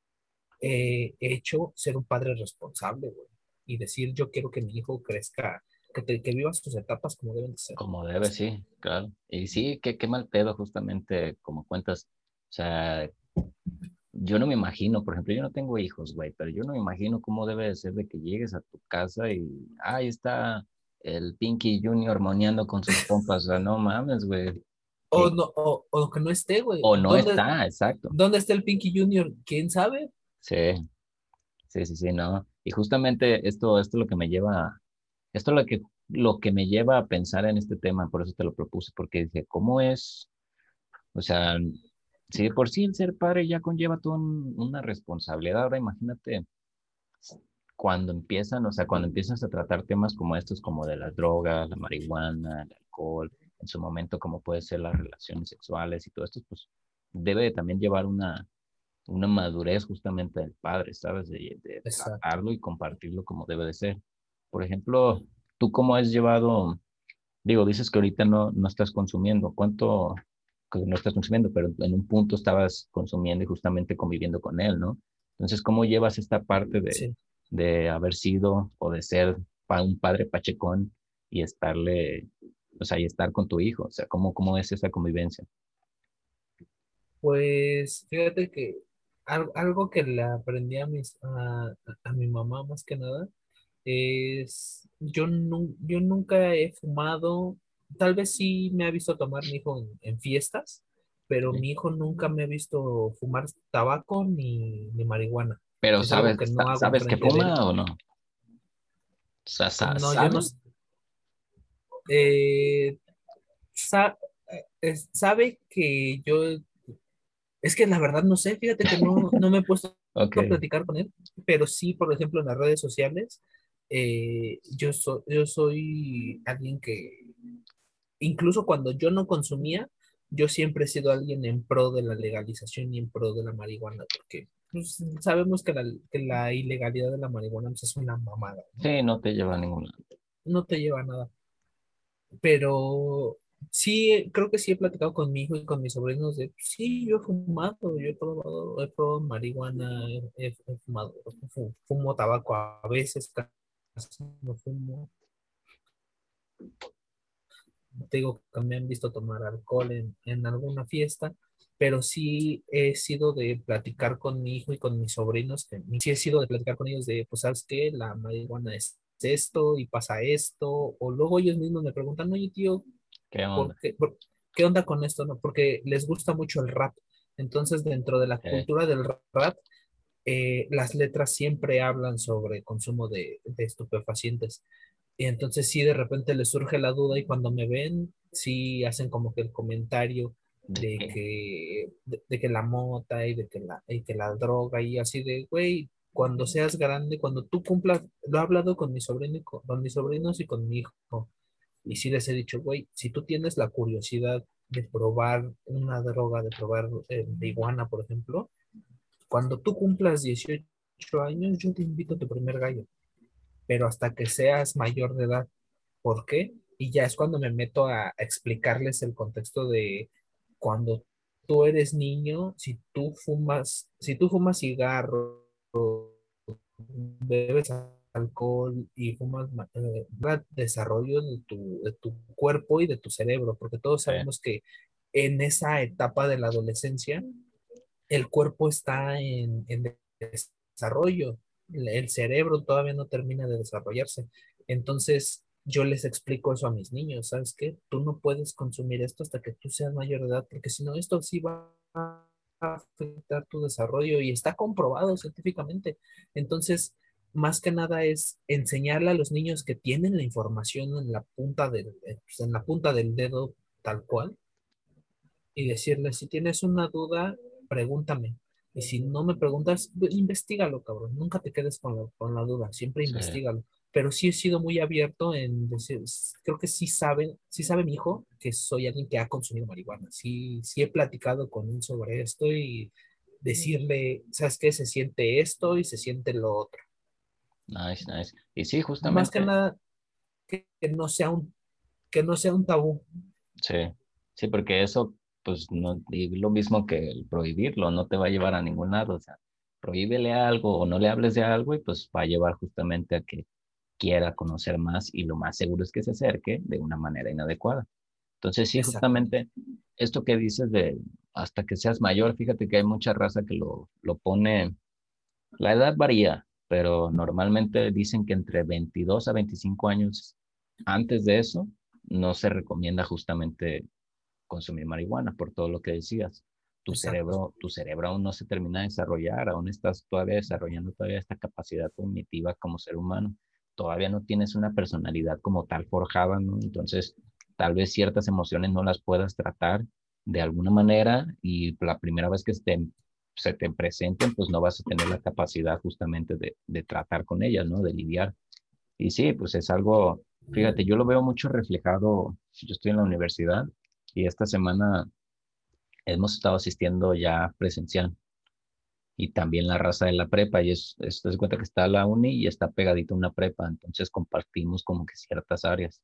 hecho ser un padre responsable, güey. Y decir, yo quiero que mi hijo crezca, que viva sus etapas como deben de ser. Como debe, sí, claro. Y sí, qué mal pedo justamente como cuentas. O sea, yo no me imagino, por ejemplo, yo no tengo hijos, güey, pero yo no me imagino cómo debe de ser de que llegues a tu casa y ahí está el Pinky Junior moneando con sus compas. O sea, no mames, güey. O Que, no, o que no esté, güey. o no ¿Dónde, está, exacto. dónde está el Pinky Junior? ¿Quién sabe? Sí, sí, no. Y justamente esto es lo que me lleva, esto es lo que me lleva a pensar en este tema, por eso te lo propuse, porque dije, ¿cómo es? O sea, si de por sí el ser padre ya conlleva toda una responsabilidad, ahora imagínate cuando empiezan, o sea, cuando empiezas a tratar temas como estos, como de las drogas, la marihuana, el alcohol, en su momento como puede ser las relaciones sexuales y todo esto, pues debe de también llevar una madurez justamente del padre, ¿sabes? De Exacto. tratarlo y compartirlo como debe de ser. Por ejemplo, ¿tú cómo has llevado, digo, dices que ahorita no estás consumiendo, ¿cuánto que no estás consumiendo, pero en un punto estabas consumiendo y justamente conviviendo con él, ¿no? Entonces, ¿cómo llevas esta parte Sí. de haber sido o de ser un padre pachecón y estarle, o sea, y estar con tu hijo? O sea, ¿cómo es esa convivencia? Pues fíjate que algo que le aprendí a mi mamá más que nada es, yo nunca he fumado, tal vez sí me ha visto tomar mi hijo en fiestas, pero ¿Sí? mi hijo nunca me ha visto fumar tabaco ni marihuana. Pero Es algo que sabes, no hago ¿sabes que enfrente de fuma él. o no? O sea, No, yo no. ¿sabe? eh, sa- sabe que yo, es que la verdad no sé, fíjate que no me he puesto Ok, a platicar con él, pero sí, por ejemplo, en las redes sociales, yo soy alguien que, incluso cuando yo no consumía, yo siempre he sido alguien en pro de la legalización y en pro de la marihuana, porque pues, sabemos que la ilegalidad de la marihuana pues, es una mamada, ¿no? sí, no te lleva a ningún lado. No te lleva a nada. Pero Sí, creo que sí he platicado con mi hijo y con mis sobrinos de, sí, yo he fumado, he probado marihuana, he fumado, fumo tabaco a veces, casi no fumo. Te digo que me han visto tomar alcohol en alguna fiesta, pero sí he sido de platicar con mi hijo y con mis sobrinos, que sí he sido de platicar con ellos de, pues, ¿sabes qué? La marihuana es esto y pasa esto, o luego ellos mismos me preguntan, oye, tío, ¿Qué onda? ¿qué onda con esto? ¿No? Porque les gusta mucho el rap. Entonces, dentro de la Eh, cultura del rap, las letras siempre hablan sobre consumo de estupefacientes. Y entonces sí, de repente les surge la duda y cuando me ven, sí hacen como que el comentario ¿De qué? de que la mota y que la droga y así de, güey, cuando seas grande, cuando tú cumplas, lo he hablado con mi sobrino con mis sobrinos y con mi hijo. Y sí les he dicho, güey, si tú tienes la curiosidad de probar una droga, de probar marihuana, por ejemplo, cuando tú cumplas 18 años, yo te invito a tu primer gallo, pero hasta que seas mayor de edad. ¿Por qué? Y ya es cuando me meto a explicarles el contexto de cuando tú eres niño, si tú fumas cigarro, bebes alcohol y fumas, desarrollo de tu cuerpo y de tu cerebro, porque todos Eh, sabemos que en esa etapa de la adolescencia, el cuerpo está en desarrollo, el cerebro todavía no termina de desarrollarse. Entonces, yo les explico eso a mis niños, ¿sabes qué? Tú no puedes consumir esto hasta que tú seas mayor de edad, porque si no, esto sí va a afectar tu desarrollo y está comprobado científicamente. Entonces, más que nada es enseñarle a los niños que tienen la información en la pues, en la punta del dedo tal cual y decirle, si tienes una duda, pregúntame. Y si no me preguntas, investigalo, cabrón. Nunca te quedes con la duda, siempre sí, investigalo. Pero sí he sido muy abierto en decir, creo que sí sabe mi hijo que soy alguien que ha consumido marihuana. Sí, sí he platicado con él sobre esto y decirle, ¿sabes qué? Se siente esto y se siente lo otro. nice, nice. Y sí, Más que justamente, nada, que no sea que no sea un tabú. sí, sí, porque eso, pues, no, y lo mismo que el prohibirlo, no te va a llevar a ningún lado, o sea, prohíbele algo o no le hables de algo y pues va a llevar justamente a que quiera conocer más y lo más seguro es que se acerque de una manera inadecuada. Entonces, sí, Exactamente. justamente esto que dices de hasta que seas mayor, fíjate que hay mucha raza que lo pone, la edad varía, pero normalmente dicen que entre 22 a 25 años antes de eso no se recomienda justamente consumir marihuana por todo lo que decías. Exacto. Tu cerebro aún no se termina de desarrollar, aún estás todavía desarrollando todavía esta capacidad cognitiva como ser humano. Todavía no tienes una personalidad como tal forjada, ¿no? Entonces, tal vez ciertas emociones no las puedas tratar de alguna manera y la primera vez que se te presenten, pues no vas a tener la capacidad justamente de tratar con ellas, ¿no? De lidiar. Y sí, pues es algo, fíjate, yo lo veo mucho reflejado, yo estoy en la universidad y esta semana hemos estado asistiendo ya presencial y también la raza de la prepa y te das cuenta que está la uni y está pegadito a una prepa, entonces compartimos como que ciertas áreas.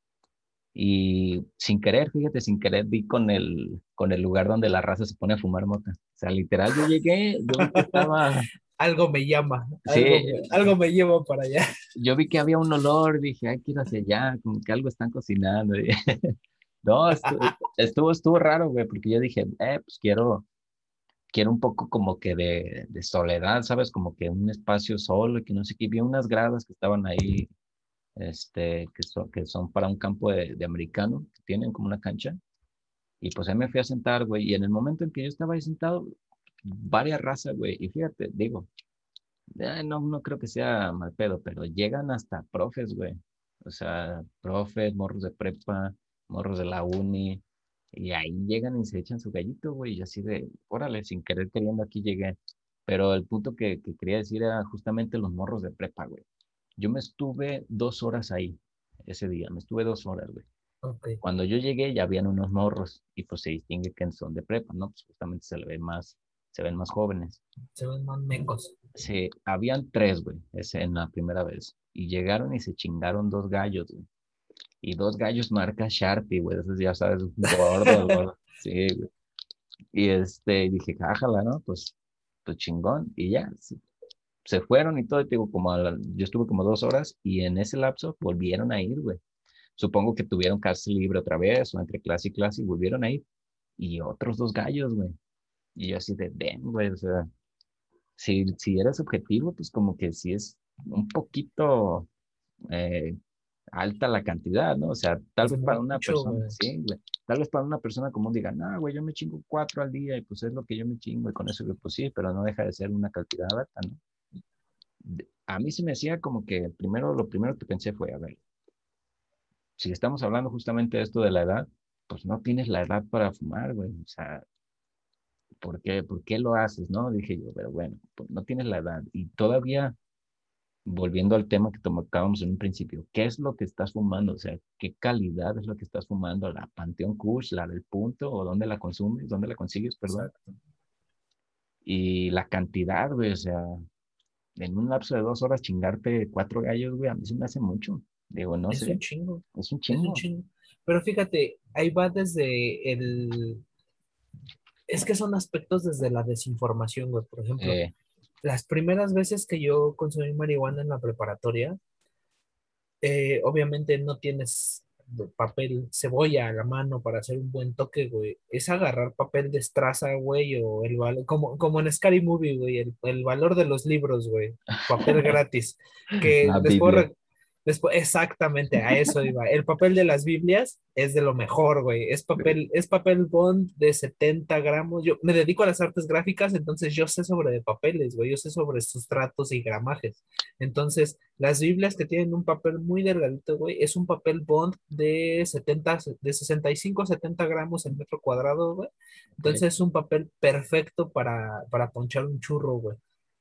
Y sin querer, fíjate, sin querer vi con el lugar donde la raza se pone a fumar mota. O sea, literal, yo llegué, yo vi que estaba, Algo me llama, sí, algo me lleva para allá. yo vi que había un olor, dije, hay que ir hacia allá, como que algo están cocinando. No, estuvo raro, güey, porque yo dije, pues quiero un poco como que de soledad, ¿sabes? Como que un espacio solo y que no sé qué. Vi unas gradas que estaban ahí, que son para un campo de americano, que tienen como una cancha. Y pues ahí me fui a sentar, güey. Y en el momento en que yo estaba ahí sentado, varias razas, güey. Y fíjate, digo, no creo que sea mal pedo, pero llegan hasta profes, güey. O sea, profes, morros de prepa, morros de la uni. Y ahí llegan y se echan su gallito, güey. Y así de, órale, sin querer queriendo aquí llegué. Pero el punto que quería decir era justamente los morros de prepa, güey. Yo me estuve 2 horas ahí ese día, me estuve 2 horas, güey. Ok, Cuando yo llegué ya habían unos morros y pues se distingue que son de prepa, ¿no? Pues justamente se ven más jóvenes. se ven más mecos. Sí, habían tres, güey, ese en la primera vez. Y llegaron y se chingaron dos gallos, güey. Y 2 gallos marca Sharpie, güey, esos ya sabes, gordo, gordo. Sí, güey. Y dije, cájala, ¿no? Pues chingón. Y ya, se fueron y todo, y te digo, yo estuve como 2 horas y en ese lapso volvieron a ir, güey. Supongo que tuvieron clase libre otra vez o entre clase y volvieron a ir. Y otros 2 gallos, güey. Y yo así de, ven, güey, o sea, si eres objetivo, pues como que sí es un poquito eh, alta la cantidad, ¿no? O sea, tal Es vez para una mucho, persona, güey. sí, güey, tal vez para una persona común diga, no, güey, yo me chingo 4 al día y pues es lo que yo me chingo y con eso, pues sí, pero no deja de ser una cantidad alta, ¿no? A mí se me hacía como que lo primero que pensé fue, a ver, si estamos hablando justamente de esto de la edad, pues no tienes la edad para fumar, güey, o sea, ¿por qué lo haces, no? Dije yo, pero bueno, pues no tienes la edad y todavía volviendo al tema que tocábamos en un principio, ¿qué es lo que estás fumando? O sea, ¿qué calidad es lo que estás fumando? ¿La Panteón Kush, la del Punto, o dónde la consumes, dónde la consigues, perdón? Exacto. Y la cantidad, güey, o sea, en un lapso de 2 horas chingarte 4 gallos, güey, a mí se me hace mucho. Digo, no Es un sé, chingo. es un Es un chingo. chingo. Pero fíjate, ahí va desde el... Es que son aspectos desde la desinformación, güey. Por ejemplo, Eh, las primeras veces que yo consumí marihuana en la preparatoria, obviamente no tienes papel cebolla a la mano para hacer un buen toque, güey. Es agarrar papel de estraza, güey, o como en Scary Movie, güey, el valor de los libros, güey. Papel gratis. Que la Biblia. exactamente, a eso iba. El papel de las Biblias es de lo mejor, güey. Es papel bond de 70 gramos. Yo me dedico a las artes gráficas, entonces yo sé sobre de papeles, güey. Yo sé sobre sustratos y gramajes. Entonces, las Biblias que tienen un papel muy delgadito, güey, es un papel bond de 65 70 gramos en metro cuadrado, güey. Ok. Entonces, es un papel perfecto para ponchar un churro, güey.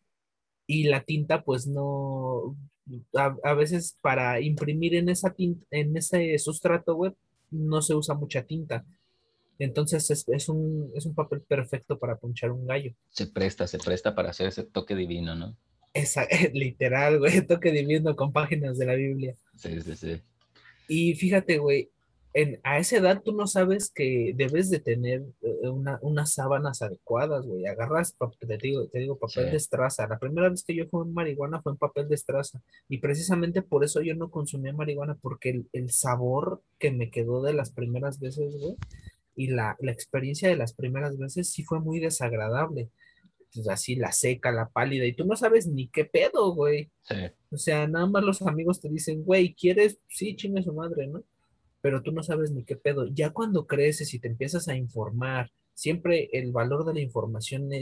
Y la tinta, pues no, a veces para imprimir en esa tinta, en ese sustrato, güey, no se usa mucha tinta. Entonces, es un papel perfecto para ponchar un gallo. Se presta para hacer ese toque divino, ¿no? Esa, literal, güey, toque divino con páginas de la Biblia. Sí, sí, sí. Y fíjate, güey, a esa edad tú no sabes que debes de tener unas sábanas adecuadas, güey. Agarras, te digo, Sí, papel de estraza. La primera vez que yo fumé marihuana fue en papel de estraza. Y precisamente por eso yo no consumía marihuana, porque el sabor que me quedó de las primeras veces, güey, y la experiencia de las primeras veces sí fue muy desagradable. Pues así la seca, la pálida, y tú no sabes ni qué pedo, güey. sí. O sea, nada más los amigos te dicen, güey, ¿quieres? Sí, chingue su madre, ¿no? Pero tú no sabes ni qué pedo. Ya cuando creces y te empiezas a informar, siempre el valor de la información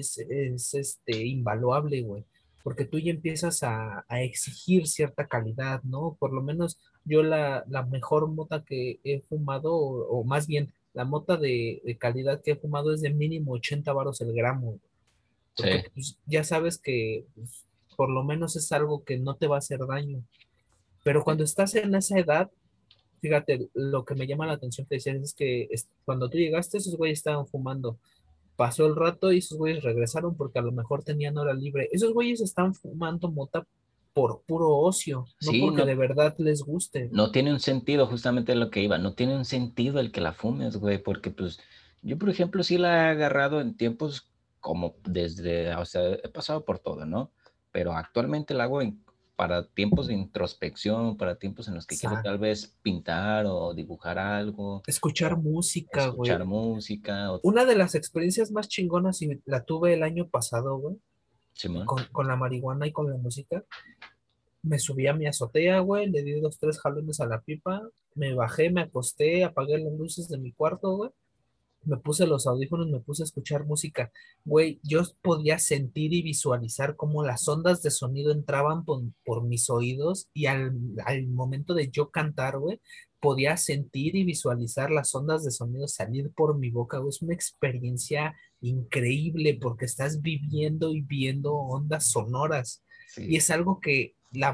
es invaluable, güey. Porque tú ya empiezas a exigir cierta calidad, ¿no? Por lo menos yo la mejor mota que he fumado, o más bien, la mota de calidad que he fumado es de mínimo 80 varos el gramo, Sí. porque pues, ya sabes que pues, por lo menos es algo que no te va a hacer daño. Pero cuando estás en esa edad, fíjate, lo que me llama la atención que decías es que cuando tú llegaste, esos güeyes estaban fumando. Pasó el rato y esos güeyes regresaron porque a lo mejor tenían hora libre. Esos güeyes están fumando mota por puro ocio, no Sí, porque no, de verdad les guste. no tiene un sentido, justamente lo que iba, no tiene un sentido el que la fumes, güey, porque pues yo, por ejemplo, sí la he agarrado en tiempos como desde, o sea, he pasado por todo, ¿no? Pero actualmente la hago para tiempos de introspección, para tiempos en los O que quiero sea, tal vez pintar o dibujar algo, escuchar o música, escuchar güey. música, o Una de las experiencias más chingonas, y la tuve el año pasado, güey, Simón. con la marihuana y con la música. Me subí a mi azotea, güey, le di dos, tres jalones a la pipa, me bajé, me acosté, apagué las luces de mi cuarto, güey, me puse los audífonos, me puse a escuchar música. Güey, yo podía sentir y visualizar cómo las ondas de sonido entraban por mis oídos y al momento de yo cantar, güey, podía sentir y visualizar las ondas de sonido salir por mi boca, güey. Es una experiencia increíble porque estás viviendo y viendo ondas sonoras y Sí, es algo que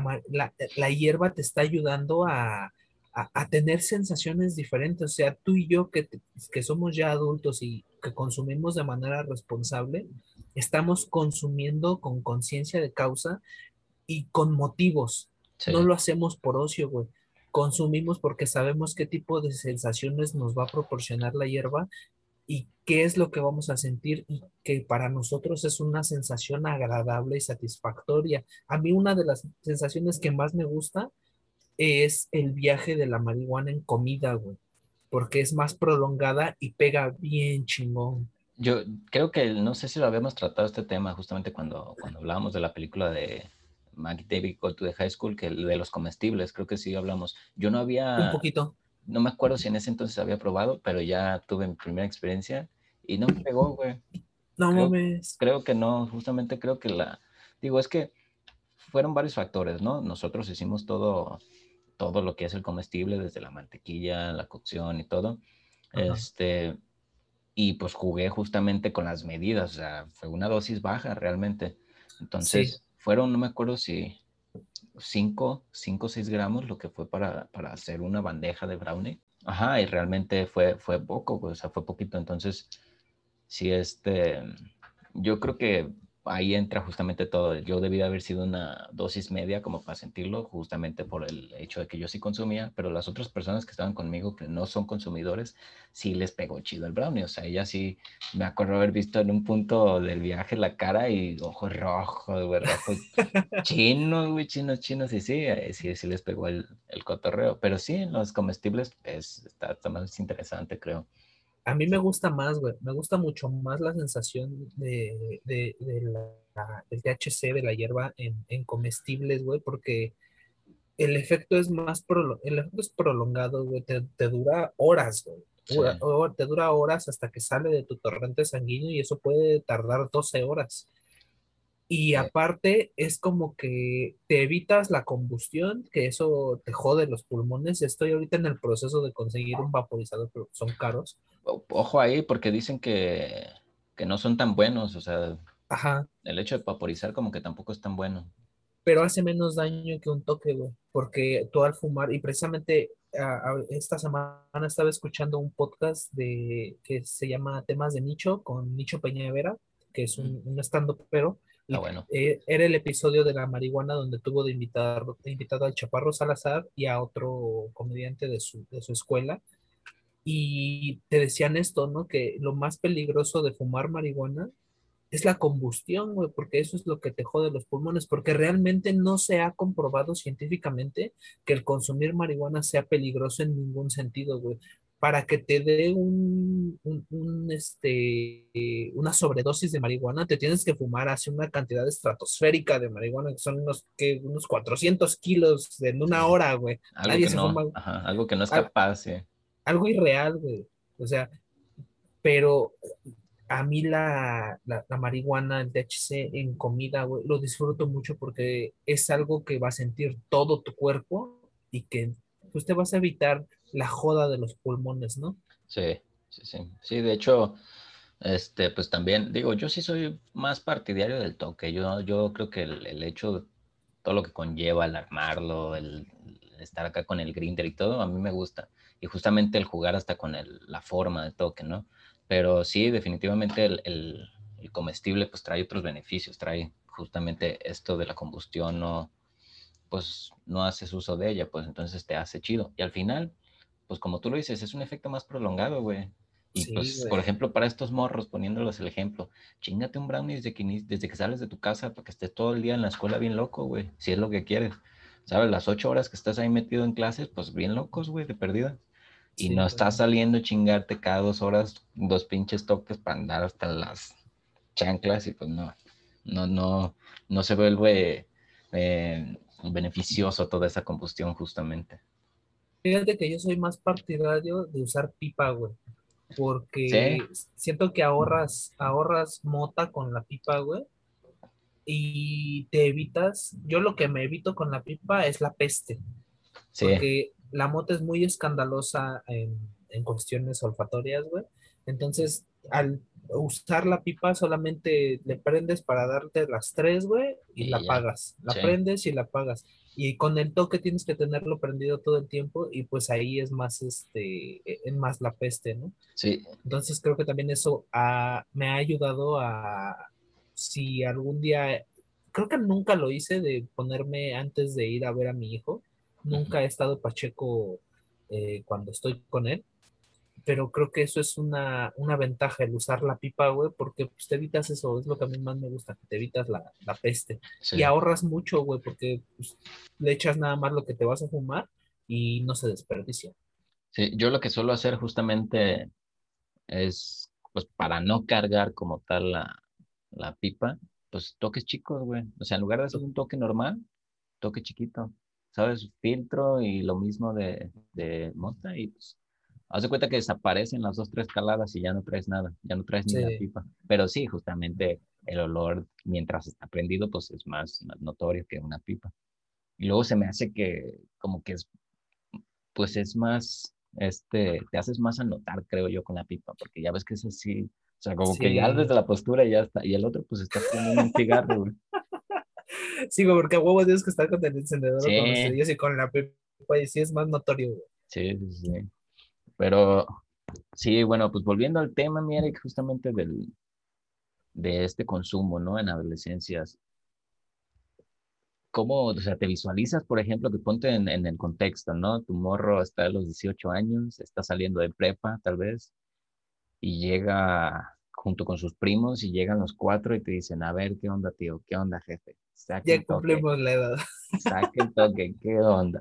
la hierba te está ayudando a tener sensaciones diferentes. O sea, tú y yo que somos ya adultos y que consumimos de manera responsable, estamos consumiendo con conciencia de causa y con motivos. sí, No lo hacemos por ocio, güey. consumimos porque sabemos qué tipo de sensaciones nos va a proporcionar la hierba y qué es lo que vamos a sentir y que para nosotros es una sensación agradable y satisfactoria. A mí una de las sensaciones que más me gusta es el viaje de la marihuana en comida, güey, porque es más prolongada y pega bien chingón. Yo creo que, no sé si lo habíamos tratado este tema justamente cuando hablábamos de la película de Maggie David Go to the High School, que de los comestibles, creo que sí hablamos. Yo no Un había, poquito. no me acuerdo si en ese entonces había probado, pero ya tuve mi primera experiencia y no me pegó, güey. No Creo, mames. creo que no, justamente creo que digo, es que fueron varios factores, ¿no? Nosotros hicimos todo lo que es el comestible, desde la mantequilla, la cocción y todo. Ajá. Este, y pues jugué justamente con las medidas, o sea, fue una dosis baja realmente. Sí. Entonces, fueron, no me acuerdo si 5 o 6 gramos lo que fue para hacer una bandeja de brownie. Ajá, y realmente fue poco, pues, o sea, fue poquito. Entonces, sí, yo creo que ahí entra justamente todo. Yo debí de haber sido una dosis media como para sentirlo, justamente por el hecho de que yo sí consumía, pero las otras personas que estaban conmigo, que no son consumidores, sí les pegó chido el brownie. O sea, ella sí, me acuerdo haber visto en un punto del viaje la cara y ojos rojos, güey, rojos chinos, güey, chinos, chinos, y sí, sí les pegó el cotorreo. Pero sí, los comestibles está más interesante, creo. A mí me gusta más, güey. Me gusta mucho más la sensación del THC de la hierba en comestibles, güey, porque el efecto es el efecto es prolongado, güey. Te dura horas, güey. Sí. Te dura horas hasta que sale de tu torrente sanguíneo y eso puede tardar 12 horas. Y Sí. aparte es como que te evitas la combustión, que eso te jode los pulmones. Estoy ahorita en el proceso de conseguir un vaporizador, pero son caros. Ojo ahí, porque dicen que no son tan buenos, o sea, Ajá, el hecho de vaporizar como que tampoco es tan bueno. pero hace menos daño que un toque, güey, porque tú al fumar, y precisamente esta semana estaba escuchando un podcast que se llama Temas de Nicho, con Nicho Peñavera, que es Mm, un stand-up, pero, está y bueno. era el episodio de la marihuana donde tuvo de invitado al Chaparro Salazar y a otro comediante de su escuela, y te decían esto, ¿no? Que lo más peligroso de fumar marihuana es la combustión, güey, porque eso es lo que te jode los pulmones, porque realmente no se ha comprobado científicamente que el consumir marihuana sea peligroso en ningún sentido, güey. Para que te dé una sobredosis de marihuana, te tienes que fumar así una cantidad estratosférica de marihuana, que son unos 400 kilos en Sí. una hora, güey. Algo Nadie que se fuma no, ajá, algo que no es al- capaz, sí. algo irreal, güey. O sea, pero a mí la marihuana, el THC en comida, güey, lo disfruto mucho porque es algo que va a sentir todo tu cuerpo y que pues te vas a evitar la joda de los pulmones, ¿no? Sí, sí, sí. Sí, de hecho, pues también, digo, yo sí soy más partidario del toque. Yo creo que el hecho, todo lo que conlleva el armarlo, el estar acá con el grinder y todo, a mí me gusta. Y justamente el jugar hasta con la forma de toque, ¿no? Pero sí, definitivamente el comestible pues trae otros beneficios, trae justamente esto de la combustión, no, pues no haces uso de ella, pues entonces te hace chido. Y al final, pues como tú lo dices, es un efecto más prolongado, güey. Y Sí, pues, por güey. ejemplo, para estos morros, poniéndolos el ejemplo, chingate un brownie desde que sales de tu casa para que estés todo el día en la escuela bien loco, güey, si es lo que quieres. ¿Sabes? Las 8 horas que estás ahí metido en clases, pues bien locos, güey, de perdida. Y Sí, no güey. estás saliendo a chingarte cada 2 horas dos pinches toques para andar hasta las chanclas y pues no, no, no, no se vuelve beneficioso toda esa combustión justamente. Fíjate que yo soy más partidario de usar pipa, güey, Sí, porque siento que ahorras mota con la pipa, güey, y te evitas, yo lo que me evito con la pipa es la peste. sí, Porque la mota es muy escandalosa en cuestiones olfatorias, güey. Entonces, al usar la pipa, solamente le prendes para darte las tres, güey, y la y ya, apagas. La sí, prendes y la apagas. Y con el toque tienes que tenerlo prendido todo el tiempo y pues ahí es más, es más la peste, ¿no? sí, Entonces creo que también eso me ha ayudado si algún día, creo que nunca lo hice de ponerme antes de ir a ver a mi hijo, Nunca he estado pacheco cuando estoy con él, pero creo que eso es una ventaja el usar la pipa, güey, porque pues, te evitas eso, es lo que a mí más me gusta, que te evitas la peste. Sí, Y ahorras mucho, güey, porque pues, le echas nada más lo que te vas a fumar y no se desperdicia. sí, yo lo que suelo hacer justamente es, pues para no cargar como tal la pipa, pues toques chicos, güey. O sea, en lugar de hacer un toque normal, toque chiquito, ¿sabes? Filtro y lo mismo de mota y pues, haz de cuenta que desaparecen las dos, tres caladas y ya no traes nada, ya no traes ni la Sí, pipa. Pero sí, justamente el olor mientras está prendido, pues es más notorio que una pipa. Y luego se me hace que como que es, pues es más, te haces más a notar, creo yo, con la pipa, porque ya ves que es así, o sea, como que ya sí. desde la postura ya está, y el otro pues está prendiendo un cigarro, güey. Sí, güey, porque a huevo tienes que estar con el encendedor o con los Sí, cerillos y con la pipa, y sí es más notorio, güey. sí, sí, sí. Pero sí, bueno, pues volviendo al tema, mi Eric, justamente de este consumo, ¿no? En adolescencias. ¿Cómo, o sea, te visualizas, por ejemplo, que ponte en el contexto, ¿no? Tu morro está a los 18 años, está saliendo de prepa, tal vez, y llega junto con sus primos y llegan los cuatro y te dicen, a ver, ¿qué onda, tío? ¿Qué onda, jefe? Ya cumplimos la edad. Saque el toque, ¿qué onda?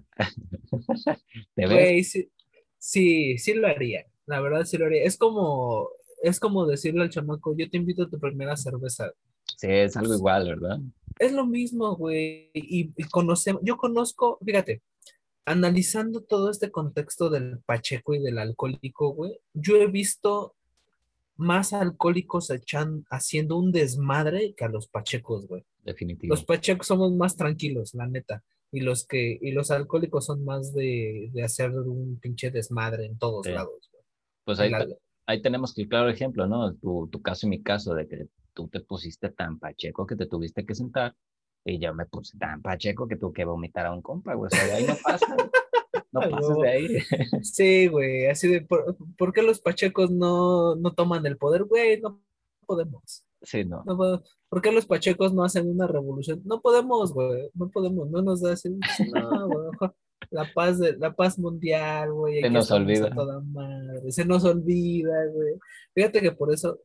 ¿Te ves? Güey, sí, sí, sí lo haría. La verdad sí lo haría. Es como decirle al chamaco, yo te invito a tu primera cerveza. Sí, es algo Pues, igual, ¿verdad? es lo mismo, güey. Y conocemos, yo conozco, fíjate, analizando todo este contexto del pacheco y del alcohólico, güey, yo he visto más alcohólicos haciendo un desmadre que a los pachecos, güey. Los Definitivo. pachecos somos más tranquilos, la neta. Y los alcohólicos son más de hacer un pinche desmadre en todos Sí. lados, güey. Pues En ahí, la- ahí tenemos el claro ejemplo, ¿no? Tu caso y mi caso, de que tú te pusiste tan pacheco que te tuviste que sentar y yo me puse tan pacheco que tuve que vomitar a un compa, güey. O sea, de ahí no pasa, no Ay, pasas de huevo. ahí. Sí, güey, así de, ¿por qué los pachecos no toman el poder? Güey, no podemos. Sí, no. No puedo- ¿Por qué los pachecos no hacen una revolución? No podemos, güey, no podemos, no nos da así, no, güey, ojo, la paz mundial, güey, Se aquí nos estamos a olvida. toda madre, se nos olvida, güey. Fíjate que por eso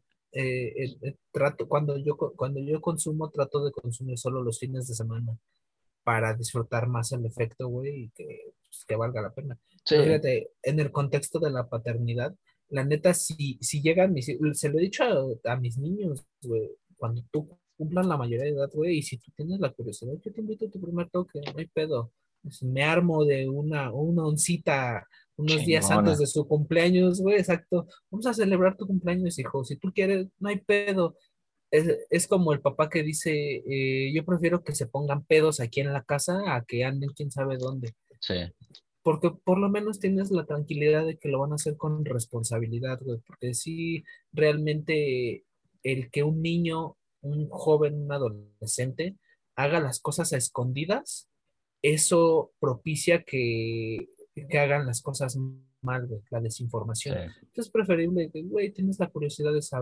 cuando yo consumo, trato de consumir solo los fines de semana para disfrutar más el efecto, güey, y que valga la pena. Sí, Pero fíjate, en el contexto de la paternidad, la neta, si llegan se lo he dicho a mis niños, güey, cuando tú cumplas la mayoría de edad, güey, y si tú tienes la curiosidad, yo te invito a tu primer toque, no hay pedo. Pues, me armo de una oncita unos días antes chingona. de su cumpleaños, güey, exacto. Vamos a celebrar tu cumpleaños, hijo. Si tú quieres, no hay pedo. Es como el papá que dice, yo prefiero que se pongan pedos aquí en la casa a que anden quién sabe dónde, Sí, porque por lo menos tienes la tranquilidad de que lo van a hacer con responsabilidad, güey, porque si realmente el que un niño, un joven, un adolescente haga las cosas a escondidas, eso propicia que hagan las cosas mal, güey, la sí. desinformación. Entonces es preferible que, güey, tienes la curiosidad de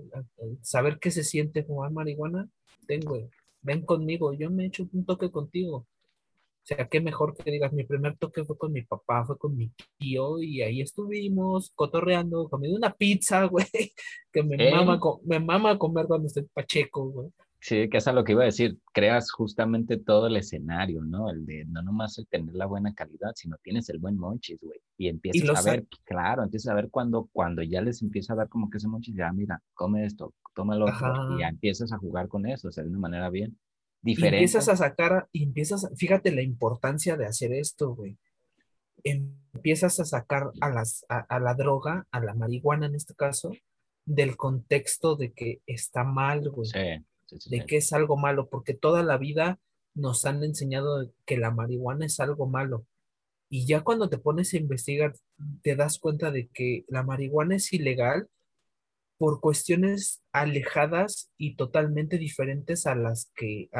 saber qué se siente fumar marihuana, güey, ven conmigo, yo me echo un toque contigo. O sea, qué mejor que digas, mi primer toque fue con mi papá, fue con mi tío, y ahí estuvimos cotorreando, comiendo una pizza, güey, que Sí, me mama comer cuando estoy pacheco, güey. sí, que es a lo que iba a decir. Creas justamente todo el escenario, ¿no? El de no nomás el tener la buena calidad, sino tienes el buen monchis, güey. Y Y empiezas a los, ver, claro, empiezas a ver cuando ya les empieza a dar como que ese monchis, ya mira, come esto, toma el otro, y ya ajá, empiezas a jugar con eso, o sea, de una manera bien y diferente. empiezas a sacar, fíjate la importancia de hacer esto, güey. Empiezas a sacar a la droga, a la marihuana en este caso, del contexto de que está mal, güey, Sí, sí, sí, sí. de que es algo malo, porque toda la vida nos han enseñado que la marihuana es algo malo. Y ya cuando te pones a investigar, te das cuenta de que la marihuana es ilegal por cuestiones alejadas y totalmente diferentes a las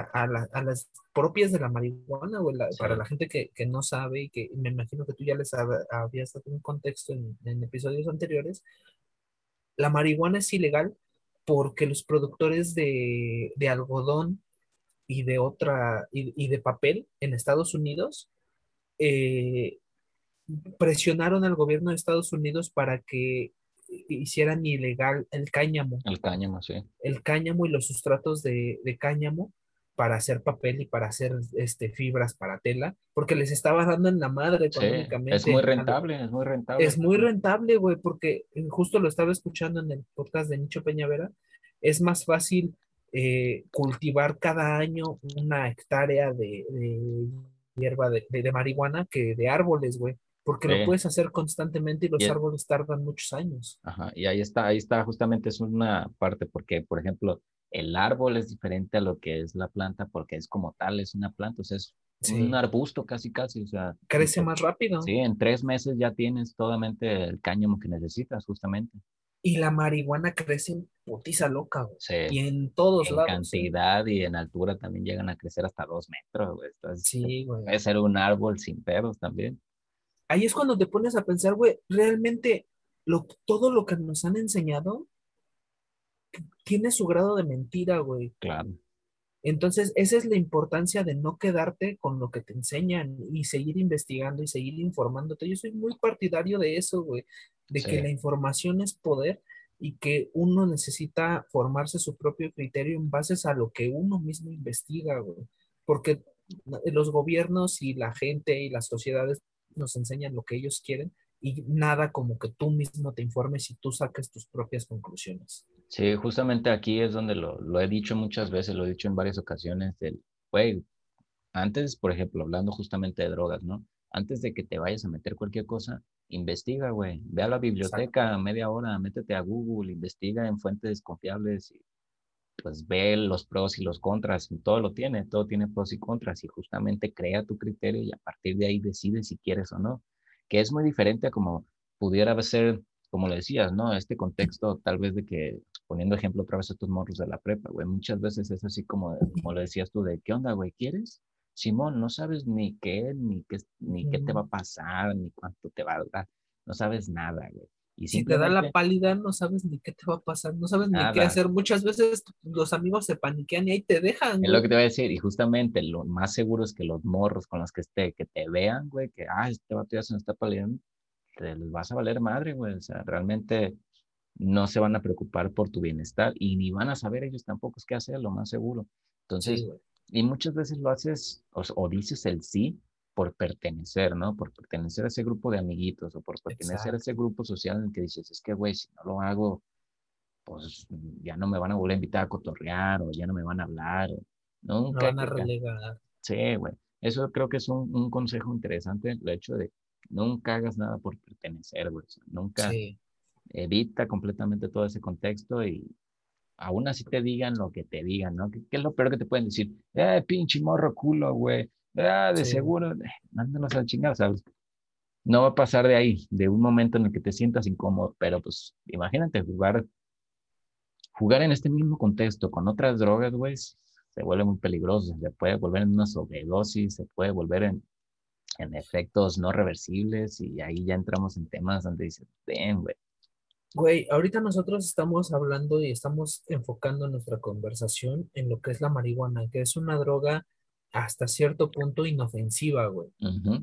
a las propias de la marihuana, o para Sí, la gente que no sabe y que me imagino que tú ya les habías dado un contexto en episodios anteriores. La marihuana es ilegal porque los productores de algodón y de papel en Estados Unidos eh, presionaron al gobierno de Estados Unidos para que hicieran ilegal El cáñamo, sí. el cáñamo y los sustratos de cáñamo para hacer papel y para hacer fibras para tela, porque les estaba dando en la madre Sí, es muy económicamente. rentable, es muy rentable. Es muy rentable, güey, porque justo lo estaba escuchando en el podcast de Nicho Peñavera. Es más fácil cultivar cada año una hectárea de hierba de marihuana que de árboles, güey, porque lo Sí, puedes hacer constantemente y y, los árboles tardan muchos años. ajá, y ahí está, justamente es una parte, porque, por ejemplo, el árbol es diferente a lo que es la planta, porque es como tal, es una planta, o sea, es un Sí, arbusto casi, o sea, crece más rápido. sí, en 3 meses ya tienes totalmente el cáñamo que necesitas, justamente. Y la marihuana crece en putiza loca, güey. Sí, Y en todos en lados, ¿eh? cantidad y en altura también llegan a crecer hasta 2 metros, güey. Entonces, Sí, güey. puede ser un árbol sin pedos también. Ahí es cuando te pones a pensar, güey, realmente todo lo que nos han enseñado tiene su grado de mentira, güey. Claro, Entonces, esa es la importancia de no quedarte con lo que te enseñan y seguir investigando y seguir informándote. Yo soy muy partidario de eso, güey, de sí. que la información es poder y que uno necesita formarse su propio criterio en bases a lo que uno mismo investiga, güey. Porque los gobiernos y la gente y las sociedades nos enseñan lo que ellos quieren y nada como que tú mismo te informes y tú saques tus propias conclusiones. Sí, justamente aquí es donde lo he dicho muchas veces, lo he dicho en varias ocasiones, güey, antes, por ejemplo, hablando justamente de drogas, ¿no? Antes de que te vayas a meter cualquier cosa, investiga, güey. Ve a la Exacto. biblioteca media hora, métete a Google, investiga en fuentes confiables y pues ve los pros y los contras. Todo tiene pros y contras y justamente crea tu criterio y a partir de ahí decide si quieres o no. Que es muy diferente a como pudiera ser, como le decías, ¿no? Este contexto tal vez de que, poniendo ejemplo otra vez a estos morros de la prepa, güey, muchas veces es así como le decías tú de, ¿qué onda, güey? ¿Quieres? Simón, no sabes ni qué te va a Mm. pasar, ni cuánto te va a durar. No sabes nada, güey. Y Si te da la simplemente pálida, no sabes ni qué te va a pasar, no sabes ni qué nada. hacer. Muchas veces los amigos se paniquean y ahí te dejan, Es lo güey. que te voy a decir, y justamente lo más seguro es que los morros con los que te vean, güey, que, este vato ya se me está peleando, te les vas a valer madre, güey, o sea, realmente no se van a preocupar por tu bienestar y ni van a saber ellos tampoco es qué hacer, lo más seguro. Sí, Entonces, güey. y muchas veces lo haces o dices el sí por pertenecer, ¿no? Por pertenecer a ese grupo de amiguitos o por pertenecer a ese Exacto. grupo social en el que dices, es que, güey, si no lo hago pues ya no me van a volver a invitar a cotorrear o ya no me van a hablar. Me Nunca hay van a que... relegar. Sí, güey. Eso creo que es un consejo interesante, el hecho de nunca hagas nada por pertenecer, güey. O sea, nunca Sí, evita completamente todo ese contexto y aún así te digan lo que te digan, ¿no? ¿Qué es lo peor que te pueden decir? Pinche morro culo, güey. De sí. seguro, mándalos a chingar, ¿sabes? No va a pasar de ahí, de un momento en el que te sientas incómodo, pero pues imagínate jugar en este mismo contexto con otras drogas, güey, se vuelve muy peligroso. Se puede volver en una sobredosis, se puede volver en efectos no reversibles y ahí ya entramos en temas donde dices, ven, güey. Güey, ahorita nosotros estamos hablando y estamos enfocando nuestra conversación en lo que es la marihuana, que es una droga hasta cierto punto inofensiva, güey. Ujú.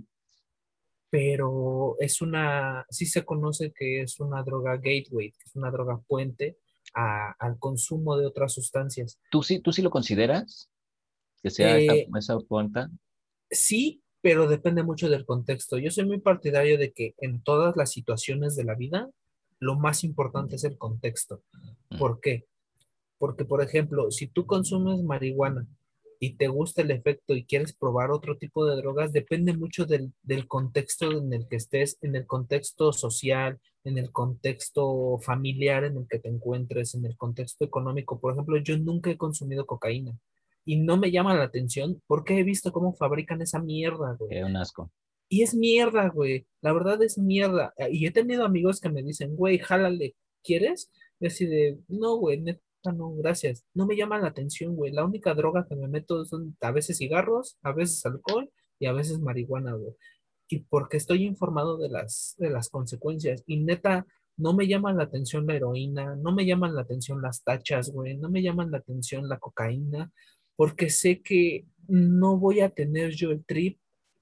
Pero sí se conoce que es una droga gateway, que es una droga puente al consumo de otras sustancias. ¿Tú sí lo consideras que sea esa, Eh, esa puerta? sí, pero depende mucho del contexto. Yo soy muy partidario de que en todas las situaciones de la vida, lo más importante es el contexto. Mm. ¿Por qué? Porque, por ejemplo, si tú consumes marihuana y te gusta el efecto y quieres probar otro tipo de drogas, depende mucho del contexto en el que estés, en el contexto social, en el contexto familiar en el que te encuentres, en el contexto económico. Por ejemplo, yo nunca he consumido cocaína y no me llama la atención porque he visto cómo fabrican esa mierda, güey. Un asco. Y es mierda, güey. La verdad es mierda. Y he tenido amigos que me dicen, güey, jálale, ¿quieres? Y así de, no, güey, neta, no, gracias. No me llama la atención, güey. La única droga que me meto son a veces cigarros, a veces alcohol y a veces marihuana, güey. Y porque estoy informado de las consecuencias. Y neta, no me llaman la atención la heroína, no me llaman la atención las tachas, güey, no me llaman la atención la cocaína, porque sé que no voy a tener yo el trip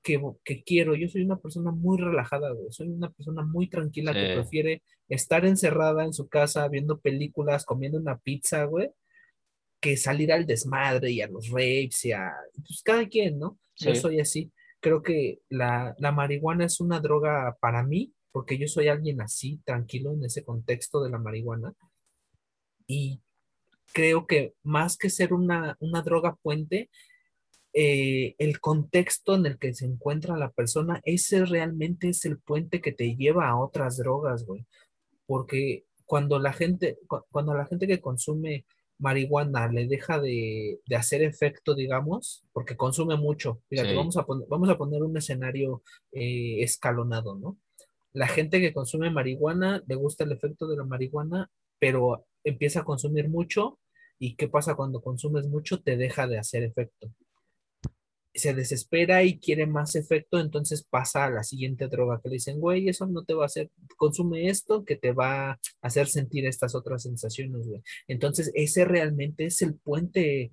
que quiero. Yo soy una persona muy relajada, güey. Soy una persona muy tranquila Sí, que prefiere estar encerrada en su casa viendo películas, comiendo una pizza, güey, que salir al desmadre y a los rapes y a, pues cada quien, ¿no? Yo sí, soy así. Creo que la marihuana es una droga para mí, porque yo soy alguien así, tranquilo en ese contexto de la marihuana. Y creo que más que ser una droga puente, el contexto en el que se encuentra la persona, ese realmente es el puente que te lleva a otras drogas, güey. Porque cuando la gente que consume marihuana le deja de hacer efecto, digamos, porque consume mucho. Fíjate, sí. vamos a poner un escenario escalonado, ¿no? La gente que consume marihuana le gusta el efecto de la marihuana, pero empieza a consumir mucho. ¿Y qué pasa cuando consumes mucho? Te deja de hacer efecto, se desespera y quiere más efecto, entonces pasa a la siguiente droga que le dicen, güey, eso no te va a hacer, consume esto que te va a hacer sentir estas otras sensaciones, güey. Entonces, ese realmente es el puente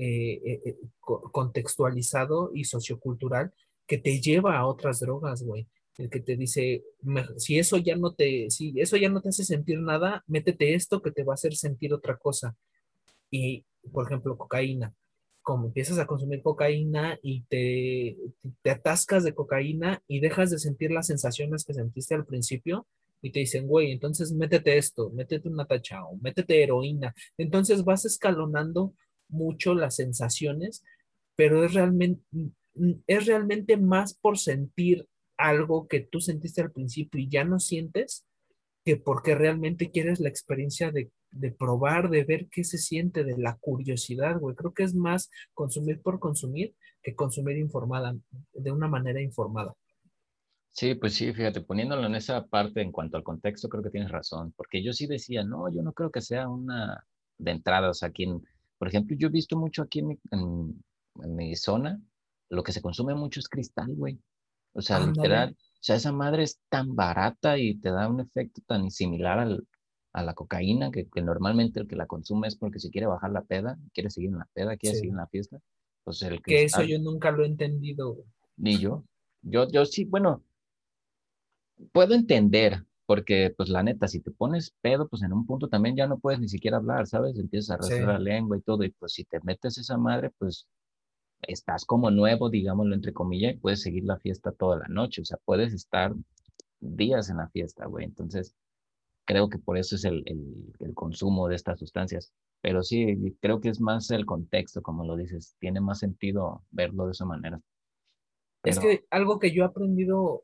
contextualizado y sociocultural que te lleva a otras drogas, güey. El que te dice, si eso ya no te hace sentir nada, métete esto que te va a hacer sentir otra cosa. Y, por ejemplo, cocaína. Como empiezas a consumir cocaína y te atascas de cocaína y dejas de sentir las sensaciones que sentiste al principio y te dicen, güey, entonces métete esto, métete una tacha o métete heroína. Entonces vas escalonando mucho las sensaciones, pero es realmente más por sentir algo que tú sentiste al principio y ya no sientes que porque realmente quieres la experiencia de probar, de ver qué se siente, de la curiosidad, güey. Creo que es más consumir por consumir que consumir informada, de una manera informada. Sí, pues sí, fíjate, poniéndolo en esa parte en cuanto al contexto, creo que tienes razón, porque yo sí decía, no, yo no creo que sea una de entrada, o sea, por ejemplo, yo he visto mucho aquí en mi zona, lo que se consume mucho es cristal, güey. O sea, Ándale. literal, o sea, esa madre es tan barata y te da un efecto tan similar a la cocaína, que normalmente el que la consume es porque si quiere bajar la peda, quiere seguir en la peda, quiere seguir en Sí. la fiesta, pues el Que eso cristal, yo nunca lo he entendido, güey. ni yo. Yo sí, bueno, puedo entender, porque pues la neta, si te pones pedo, pues en un punto también ya no puedes ni siquiera hablar, ¿sabes? Empiezas a Sí. arrastrar la lengua y todo, y pues si te metes esa madre, pues estás como nuevo, digámoslo entre comillas, y puedes seguir la fiesta toda la noche, o sea, puedes estar días en la fiesta, güey. Entonces, creo que por eso es el consumo de estas sustancias. Pero sí, creo que es más el contexto, como lo dices, tiene más sentido verlo de esa manera. Es Pero que algo que yo he aprendido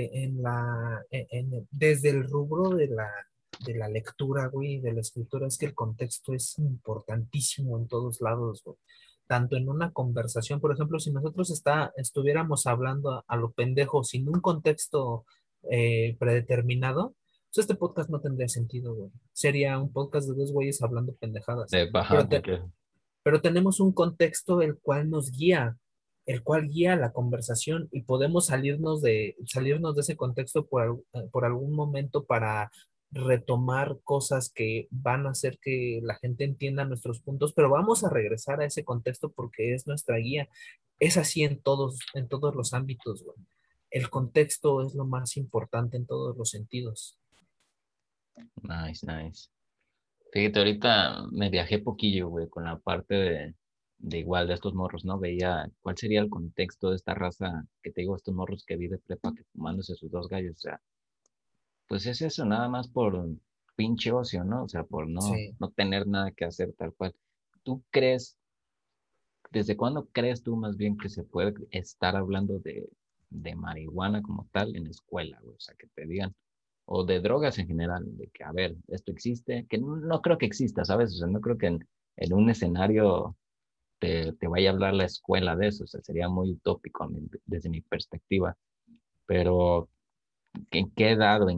desde el rubro de la lectura, güey, y de la escritura, es que el contexto es importantísimo en todos lados, güey. Tanto en una conversación, por ejemplo, si nosotros estuviéramos hablando a lo pendejo sin un contexto predeterminado, pues este podcast no tendría sentido, güey. Sería un podcast de dos güeyes hablando pendejadas. de Pero, bajar, te- porque pero tenemos un contexto el cual guía la conversación y podemos salirnos de ese contexto por algún momento para retomar cosas que van a hacer que la gente entienda nuestros puntos, pero vamos a regresar a ese contexto porque es nuestra guía. Es así en todos los ámbitos, güey. El contexto es lo más importante en todos los sentidos. nice, nice. Fíjate, ahorita me viajé poquillo, güey, con la parte de igual de estos morros, ¿no? Veía cuál sería el contexto de esta raza que te digo, estos morros que vive prepa que fumándose sus dos gallos, o sea, pues es eso, nada más por un pinche ocio, ¿no? O sea, por Sí. no tener nada que hacer tal cual. ¿Tú crees, desde cuándo crees tú más bien que se puede estar hablando de marihuana como tal en la escuela, güey? O sea, que te digan, o de drogas en general, de que, a ver, esto existe, que no creo que exista, ¿sabes? O sea, no creo que en un escenario te vaya a hablar la escuela de eso, o sea, sería muy utópico desde mi perspectiva, pero ¿en qué edad o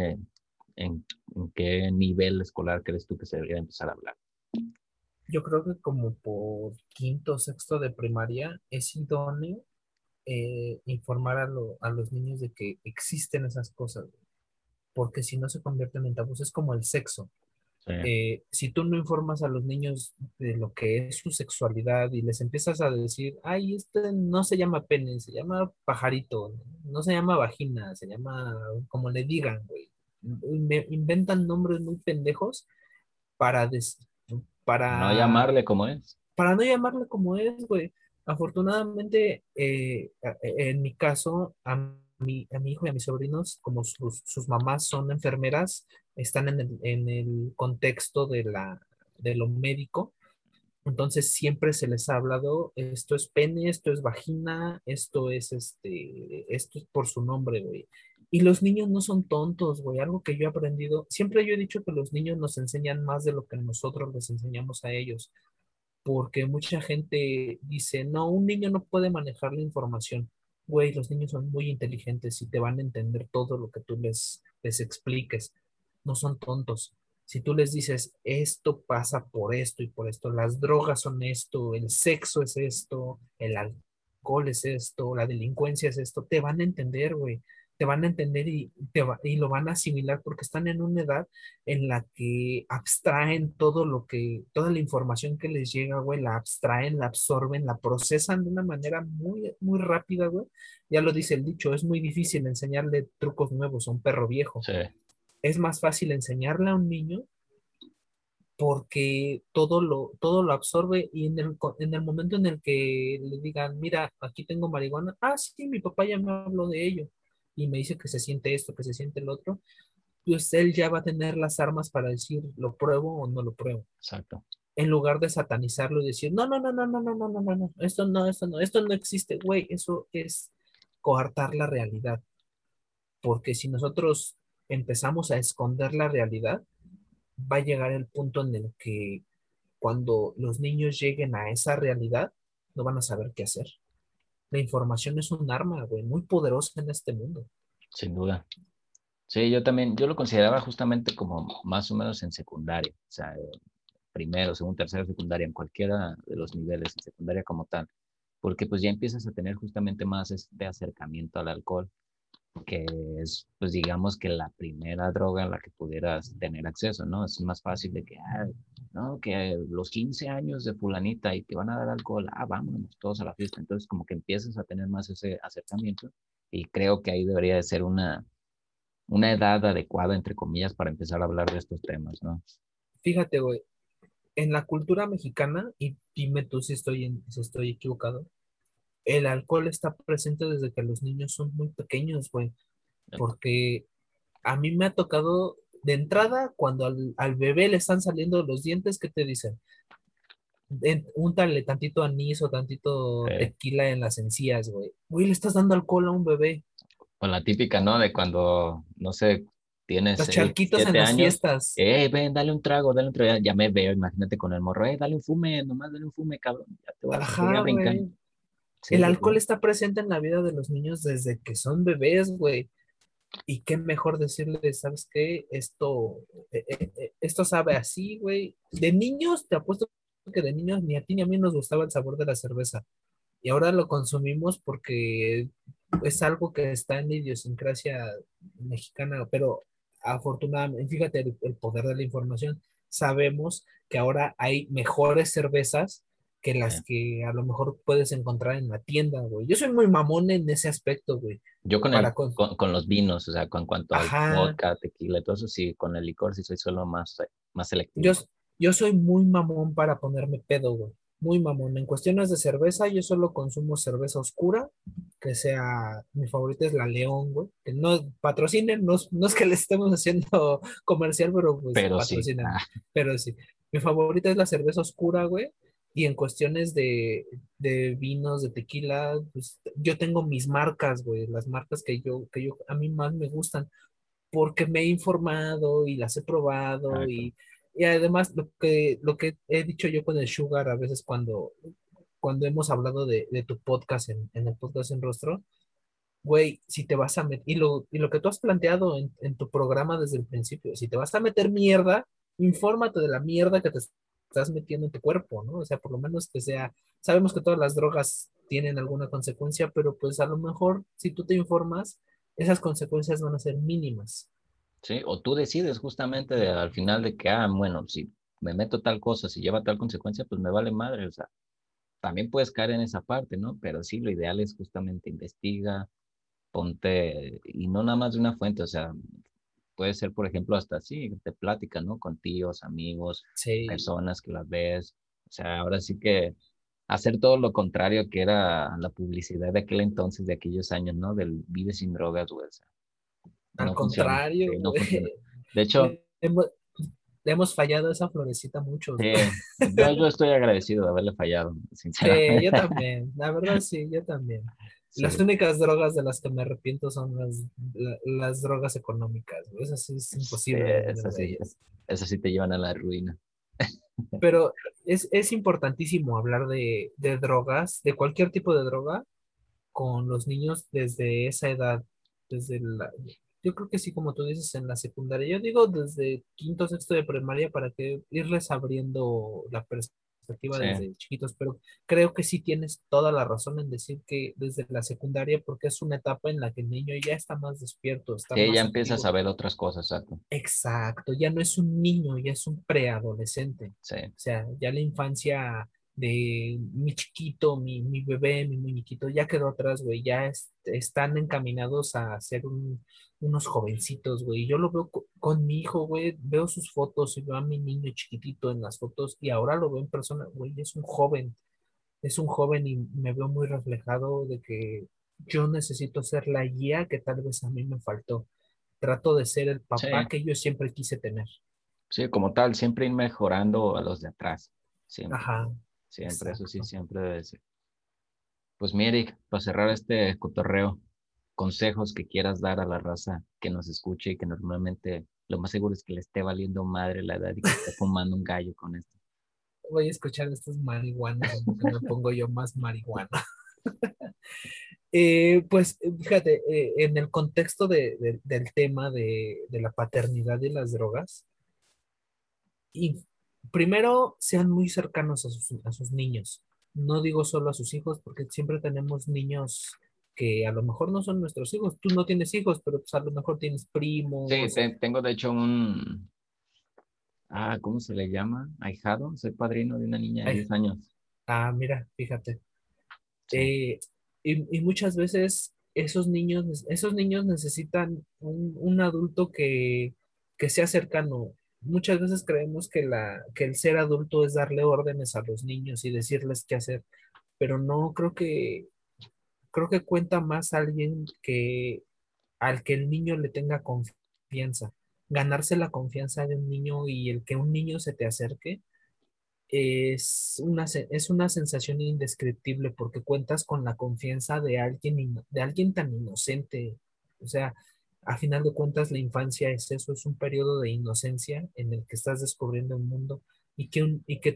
en qué nivel escolar crees tú que se debería empezar a hablar? Yo creo que como por quinto o sexto de primaria es idóneo informar a los niños de que existen esas cosas, porque si no se convierten en tabús, es como el sexo. Sí. Si tú no informas a los niños de lo que es su sexualidad y les empiezas a decir, ay, este no se llama pene, se llama pajarito, no se llama vagina, se llama como le digan, güey. Inventan nombres muy pendejos para, No para, llamarle como es. para no llamarle como es, güey. Afortunadamente, en mi caso, a mi hijo y a mis sobrinos, como sus mamás son enfermeras, están en el contexto de lo médico, entonces siempre se les ha hablado, esto es pene, esto es vagina, esto es por su nombre, güey. Y los niños no son tontos, güey. Algo que yo he aprendido, siempre yo he dicho que los niños nos enseñan más de lo que nosotros les enseñamos a ellos, porque mucha gente dice, no, un niño no puede manejar la información. Güey, los niños son muy inteligentes y te van a entender todo lo que tú les expliques. No son tontos. Si tú les dices, esto pasa por esto y por esto, las drogas son esto, el sexo es esto, el alcohol es esto, la delincuencia es esto, te van a entender, güey. Te van a entender y lo van a asimilar porque están en una edad en la que abstraen toda la información que les llega, güey, la abstraen, la absorben, la procesan de una manera muy, muy rápida, güey. Ya lo dice el dicho, es muy difícil enseñarle trucos nuevos a un perro viejo. Sí, Es más fácil enseñarle a un niño porque todo lo absorbe y en el momento en el que le digan, mira, aquí tengo marihuana, ah, sí, mi papá ya me habló de ello y me dice que se siente esto, que se siente el otro, pues él ya va a tener las armas para decir, ¿lo pruebo o no lo pruebo? exacto. En lugar de satanizarlo y decir, no, no, no, no, no, no, no, no, no, no, esto no existe, güey, eso es coartar la realidad, porque si nosotros empezamos a esconder la realidad, va a llegar el punto en el que cuando los niños lleguen a esa realidad, no van a saber qué hacer. La información es un arma, güey, muy poderosa en este mundo. Sin duda. Sí, yo también, yo lo consideraba justamente como más o menos en secundaria, o sea, primero, segundo, tercero, secundaria, en cualquiera de los niveles, en secundaria como tal, porque pues ya empiezas a tener justamente más este acercamiento al alcohol, que es, pues digamos que la primera droga en la que pudieras tener acceso, ¿no? Es más fácil de que, no, que los 15 años de fulanita y te van a dar alcohol, vámonos todos a la fiesta, entonces como que empiezas a tener más ese acercamiento y creo que ahí debería de ser una edad adecuada, entre comillas, para empezar a hablar de estos temas, ¿no? Fíjate, güey, en la cultura mexicana, y dime tú si estoy equivocado, el alcohol está presente desde que los niños son muy pequeños, güey, porque a mí me ha tocado de entrada cuando al bebé le están saliendo los dientes, ¿qué te dicen? Úntale tantito anís o tantito Eh, tequila en las encías, güey. Güey, le estás dando alcohol a un bebé. con la típica, ¿no? De cuando, no sé, tienes Los 6, charquitos en 7 las años, fiestas. ven, dale un trago, ya me veo, imagínate con el morro, dale un fume, nomás dale un fume, cabrón, ya te vas a subir a Ajá, brincar. güey. Sí, El sí, alcohol sí. está presente en la vida de los niños desde que son bebés, güey. Y qué mejor decirles, ¿sabes qué? Esto sabe así, güey. De niños, te apuesto que de niños ni a ti ni a mí nos gustaba el sabor de la cerveza. Y ahora lo consumimos porque es algo que está en la idiosincrasia mexicana, pero afortunadamente, fíjate el poder de la información, sabemos que ahora hay mejores cervezas que las Eh, que a lo mejor puedes encontrar en la tienda, güey. Yo soy muy mamón en ese aspecto, güey. Yo con Para el, con... con los vinos, o sea, con cuanto al Ajá, vodka, tequila, y todo eso, sí, con el licor sí soy solo más yo, selectivo. yo soy muy mamón para ponerme pedo, güey. Muy mamón. En cuestiones de cerveza, yo solo consumo cerveza oscura, que sea, mi favorita es la León, güey. Que no patrocinen, no es que le estemos haciendo comercial, pero pues Pero sí, patrocinen. Pero sí, mi favorita es la cerveza oscura, güey. Y en cuestiones de vinos, de tequila, pues yo tengo mis marcas, güey, las marcas a mí más me gustan porque me he informado y las he probado exacto. y además lo que he dicho yo con el Sugar a veces cuando hemos hablado de tu podcast en el podcast en Rostro, güey, si te vas a meter, y lo que tú has planteado en tu programa desde el principio, si te vas a meter mierda, infórmate de la mierda que te estás metiendo en tu cuerpo, ¿no? O sea, por lo menos que sea, sabemos que todas las drogas tienen alguna consecuencia, pero pues a lo mejor si tú te informas, esas consecuencias van a ser mínimas. Sí, o tú decides justamente al final de que, bueno, si me meto tal cosa, si lleva tal consecuencia, pues me vale madre, o sea, también puedes caer en esa parte, ¿no? Pero sí, lo ideal es justamente investiga, ponte, y no nada más de una fuente, o sea, puede ser, por ejemplo, hasta así, de plática, ¿no? Con tíos, amigos, Sí, personas que las ves, o sea, ahora sí que hacer todo lo contrario que era la publicidad de aquel entonces, de aquellos años, ¿no? Del vive sin drogas, güey, o sea, al no funciona, contrario, sí, no güey. funciona. De hecho, Le hemos fallado a esa florecita a sí, muchos. yo estoy agradecido de haberle fallado, Sí, yo sinceramente. también, la verdad sí, yo también. Las Sí, únicas drogas de las que me arrepiento son las drogas económicas, güey. Eso sí es sí, imposible vivir de ellas. esas sí te llevan a la ruina. Pero es importantísimo hablar de drogas, de cualquier tipo de droga, con los niños desde esa edad, yo creo que sí, como tú dices, en la secundaria. Yo digo desde quinto, sexto de primaria para que irles abriendo la perspectiva Sí, desde chiquitos, pero creo que sí tienes toda la razón en decir que desde la secundaria, porque es una etapa en la que el niño ya está más despierto, está sí, ya más empiezas activo. a ver otras cosas, exacto. Exacto, ya no es un niño, ya es un preadolescente. Sí, O sea, ya la infancia de mi chiquito, mi bebé, mi muñequito, ya quedó atrás, güey. Ya están encaminados a ser unos jovencitos, güey. Yo lo veo con mi hijo, güey. Veo sus fotos y veo a mi niño chiquitito en las fotos y ahora lo veo en persona, güey. Es un joven, y me veo muy reflejado de que yo necesito ser la guía que tal vez a mí me faltó. Trato de ser el sí, papá que yo siempre quise tener. sí, como tal, siempre ir mejorando a los de atrás, siempre, Ajá, siempre, eso sí, exacto. siempre debe ser. Pues mi Eric, para cerrar este cotorreo, consejos que quieras dar a la raza que nos escuche y que normalmente lo más seguro es que le esté valiendo madre la edad y que esté fumando un gallo con esto. Voy a escuchar estos marihuanos en lo que me pongo yo más marihuana. Pues fíjate, en el contexto del tema de la paternidad y las drogas, y primero sean muy cercanos a sus niños. No digo solo a sus hijos, porque siempre tenemos niños que a lo mejor no son nuestros hijos. Tú no tienes hijos, pero pues a lo mejor tienes Sí, primos. tengo de hecho ¿cómo se le llama? Ahijado, soy padrino de una niña de Ay, 10 años. mira, fíjate. Sí, Eh, y muchas veces esos niños necesitan un adulto que sea cercano. Muchas veces creemos que el ser adulto es darle órdenes a los niños y decirles qué hacer, pero no, creo que cuenta más alguien al que el niño le tenga confianza. Ganarse la confianza de un niño y el que un niño se te acerque es una sensación indescriptible porque cuentas con la confianza de alguien tan inocente. O sea, a final de cuentas, la infancia es eso, es un periodo de inocencia en el que estás descubriendo el mundo y que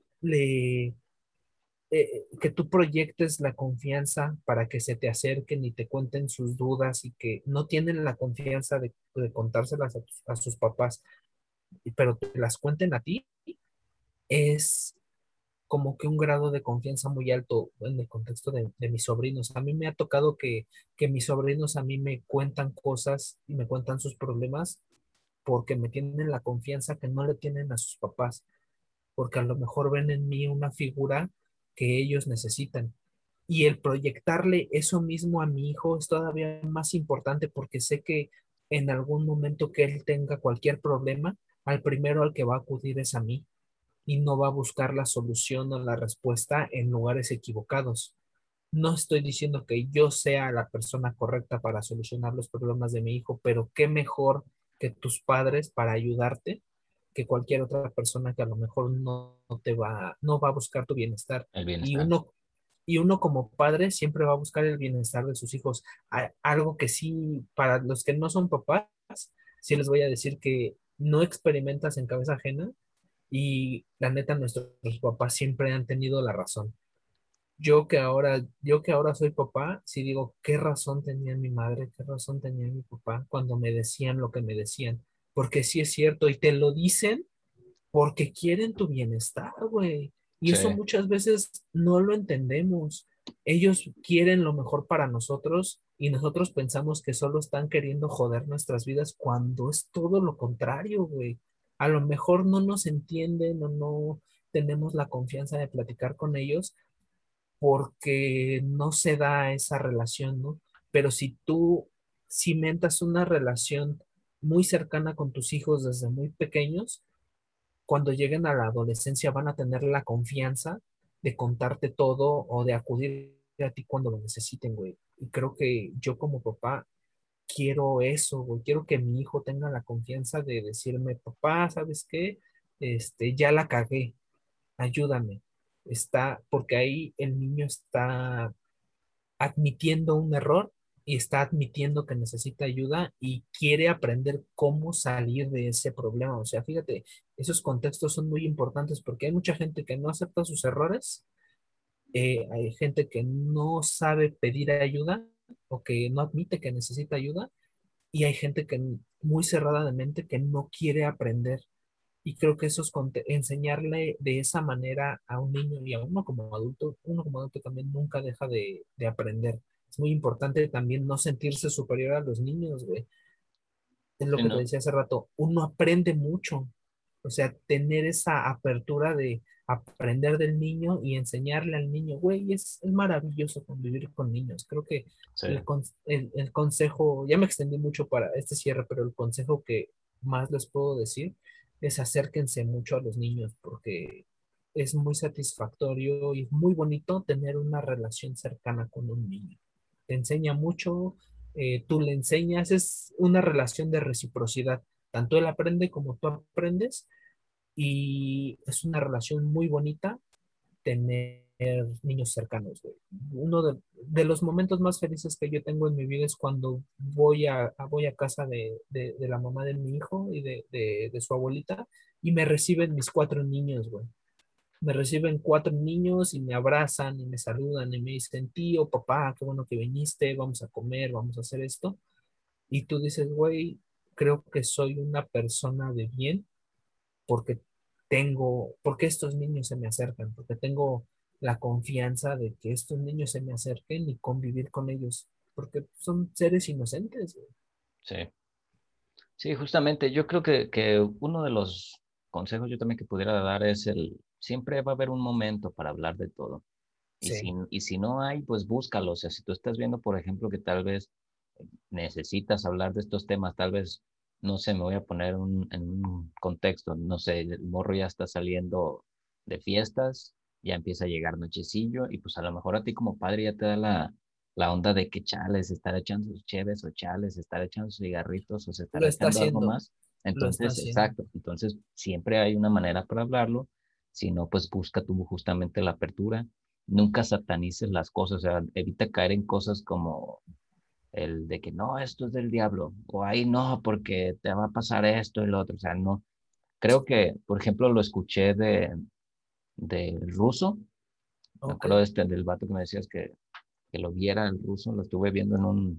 tú proyectes la confianza para que se te acerquen y te cuenten sus dudas y que no tienen la confianza de contárselas a sus papás, pero te las cuenten a ti, es como que un grado de confianza muy alto en el contexto de mis sobrinos. A mí me ha tocado que mis sobrinos a mí me cuentan cosas y me cuentan sus problemas porque me tienen la confianza que no le tienen a sus papás, porque a lo mejor ven en mí una figura que ellos necesitan. Y el proyectarle eso mismo a mi hijo es todavía más importante porque sé que en algún momento que él tenga cualquier problema, al primero al que va a acudir es a mí y no va a buscar la solución o la respuesta en lugares equivocados. No estoy diciendo que yo sea la persona correcta para solucionar los problemas de mi hijo, pero qué mejor que tus padres para ayudarte que cualquier otra persona que a lo mejor no va a buscar tu bienestar. el Y bienestar. uno como padre siempre va a buscar el bienestar de sus hijos. Algo que sí, para los que no son papás, sí les voy a decir que no experimentas en cabeza ajena y la neta, nuestros papás siempre han tenido la razón. Yo que ahora soy papá, sí digo, ¿qué razón tenía mi madre? ¿Qué razón tenía mi papá cuando me decían lo que me decían? Porque sí es cierto, y te lo dicen porque quieren tu bienestar, güey. Y Sí, eso muchas veces no lo entendemos. Ellos quieren lo mejor para nosotros y nosotros pensamos que solo están queriendo joder nuestras vidas cuando es todo lo contrario, güey. A lo mejor no nos entienden o no tenemos la confianza de platicar con ellos porque no se da esa relación, ¿no? Pero si tú cimentas una relación muy cercana con tus hijos desde muy pequeños, cuando lleguen a la adolescencia van a tener la confianza de contarte todo o de acudir a ti cuando lo necesiten, güey. Y creo que yo como papá quiero eso, güey. Quiero que mi hijo tenga la confianza de decirme, papá, ¿sabes qué? Ya la cagué, ayúdame. Porque ahí el niño está admitiendo un error y está admitiendo que necesita ayuda y quiere aprender cómo salir de ese problema. O sea, fíjate, esos contextos son muy importantes porque hay mucha gente que no acepta sus errores, hay gente que no sabe pedir ayuda o que no admite que necesita ayuda y hay gente que muy cerrada de mente que no quiere aprender. Y creo que enseñarle de esa manera a un niño y a uno como adulto también nunca deja de aprender. Es muy importante también no sentirse superior a los niños, güey. Es lo Sí, que te ¿no? decía hace rato, uno aprende mucho. O sea, tener esa apertura de aprender del niño y enseñarle al niño, güey, es maravilloso convivir con niños. Creo que Sí. el consejo, ya me extendí mucho para este cierre, pero el consejo que más les puedo decir es acérquense mucho a los niños porque es muy satisfactorio y muy bonito tener una relación cercana con un niño. Te enseña mucho, tú le enseñas, es una relación de reciprocidad. Tanto él aprende como tú aprendes y es una relación muy bonita tener niños cercanos, güey. Uno de los momentos más felices que yo tengo en mi vida es cuando voy a casa de la mamá de mi hijo y de su abuelita y me reciben mis cuatro niños, güey. Me reciben cuatro niños y me abrazan y me saludan y me dicen, tío, papá, qué bueno que viniste, vamos a comer, vamos a hacer esto. Y tú dices, güey, creo que soy una persona de bien porque porque estos niños se me acercan, porque tengo la confianza de que estos niños se me acerquen y convivir con ellos, porque son seres inocentes, güey. Sí. Sí, justamente, yo creo que uno de los consejos yo también que pudiera dar es siempre va a haber un momento para hablar de todo. Sí, Y si no hay, pues búscalo. O sea, si tú estás viendo, por ejemplo, que tal vez necesitas hablar de estos temas, tal vez, no sé, me voy a poner en un contexto, no sé, el morro ya está saliendo de fiestas, ya empieza a llegar nochecillo y pues a lo mejor a ti como padre ya te da la onda de que chales, estar echando sus cheves o chales, estar echando sus cigarritos o se lo estará está echando algo haciendo, más. lo está Entonces, haciendo. exacto, entonces siempre hay una manera para hablarlo, si no, pues busca tú justamente la apertura, nunca satanices las cosas, o sea, evita caer en cosas como el de que no, esto es del diablo, o ahí no, porque te va a pasar esto y lo otro, o sea, no. Creo que, por ejemplo, lo escuché del ruso, me Ok, acuerdo del vato que me decías que lo viera el ruso, lo estuve viendo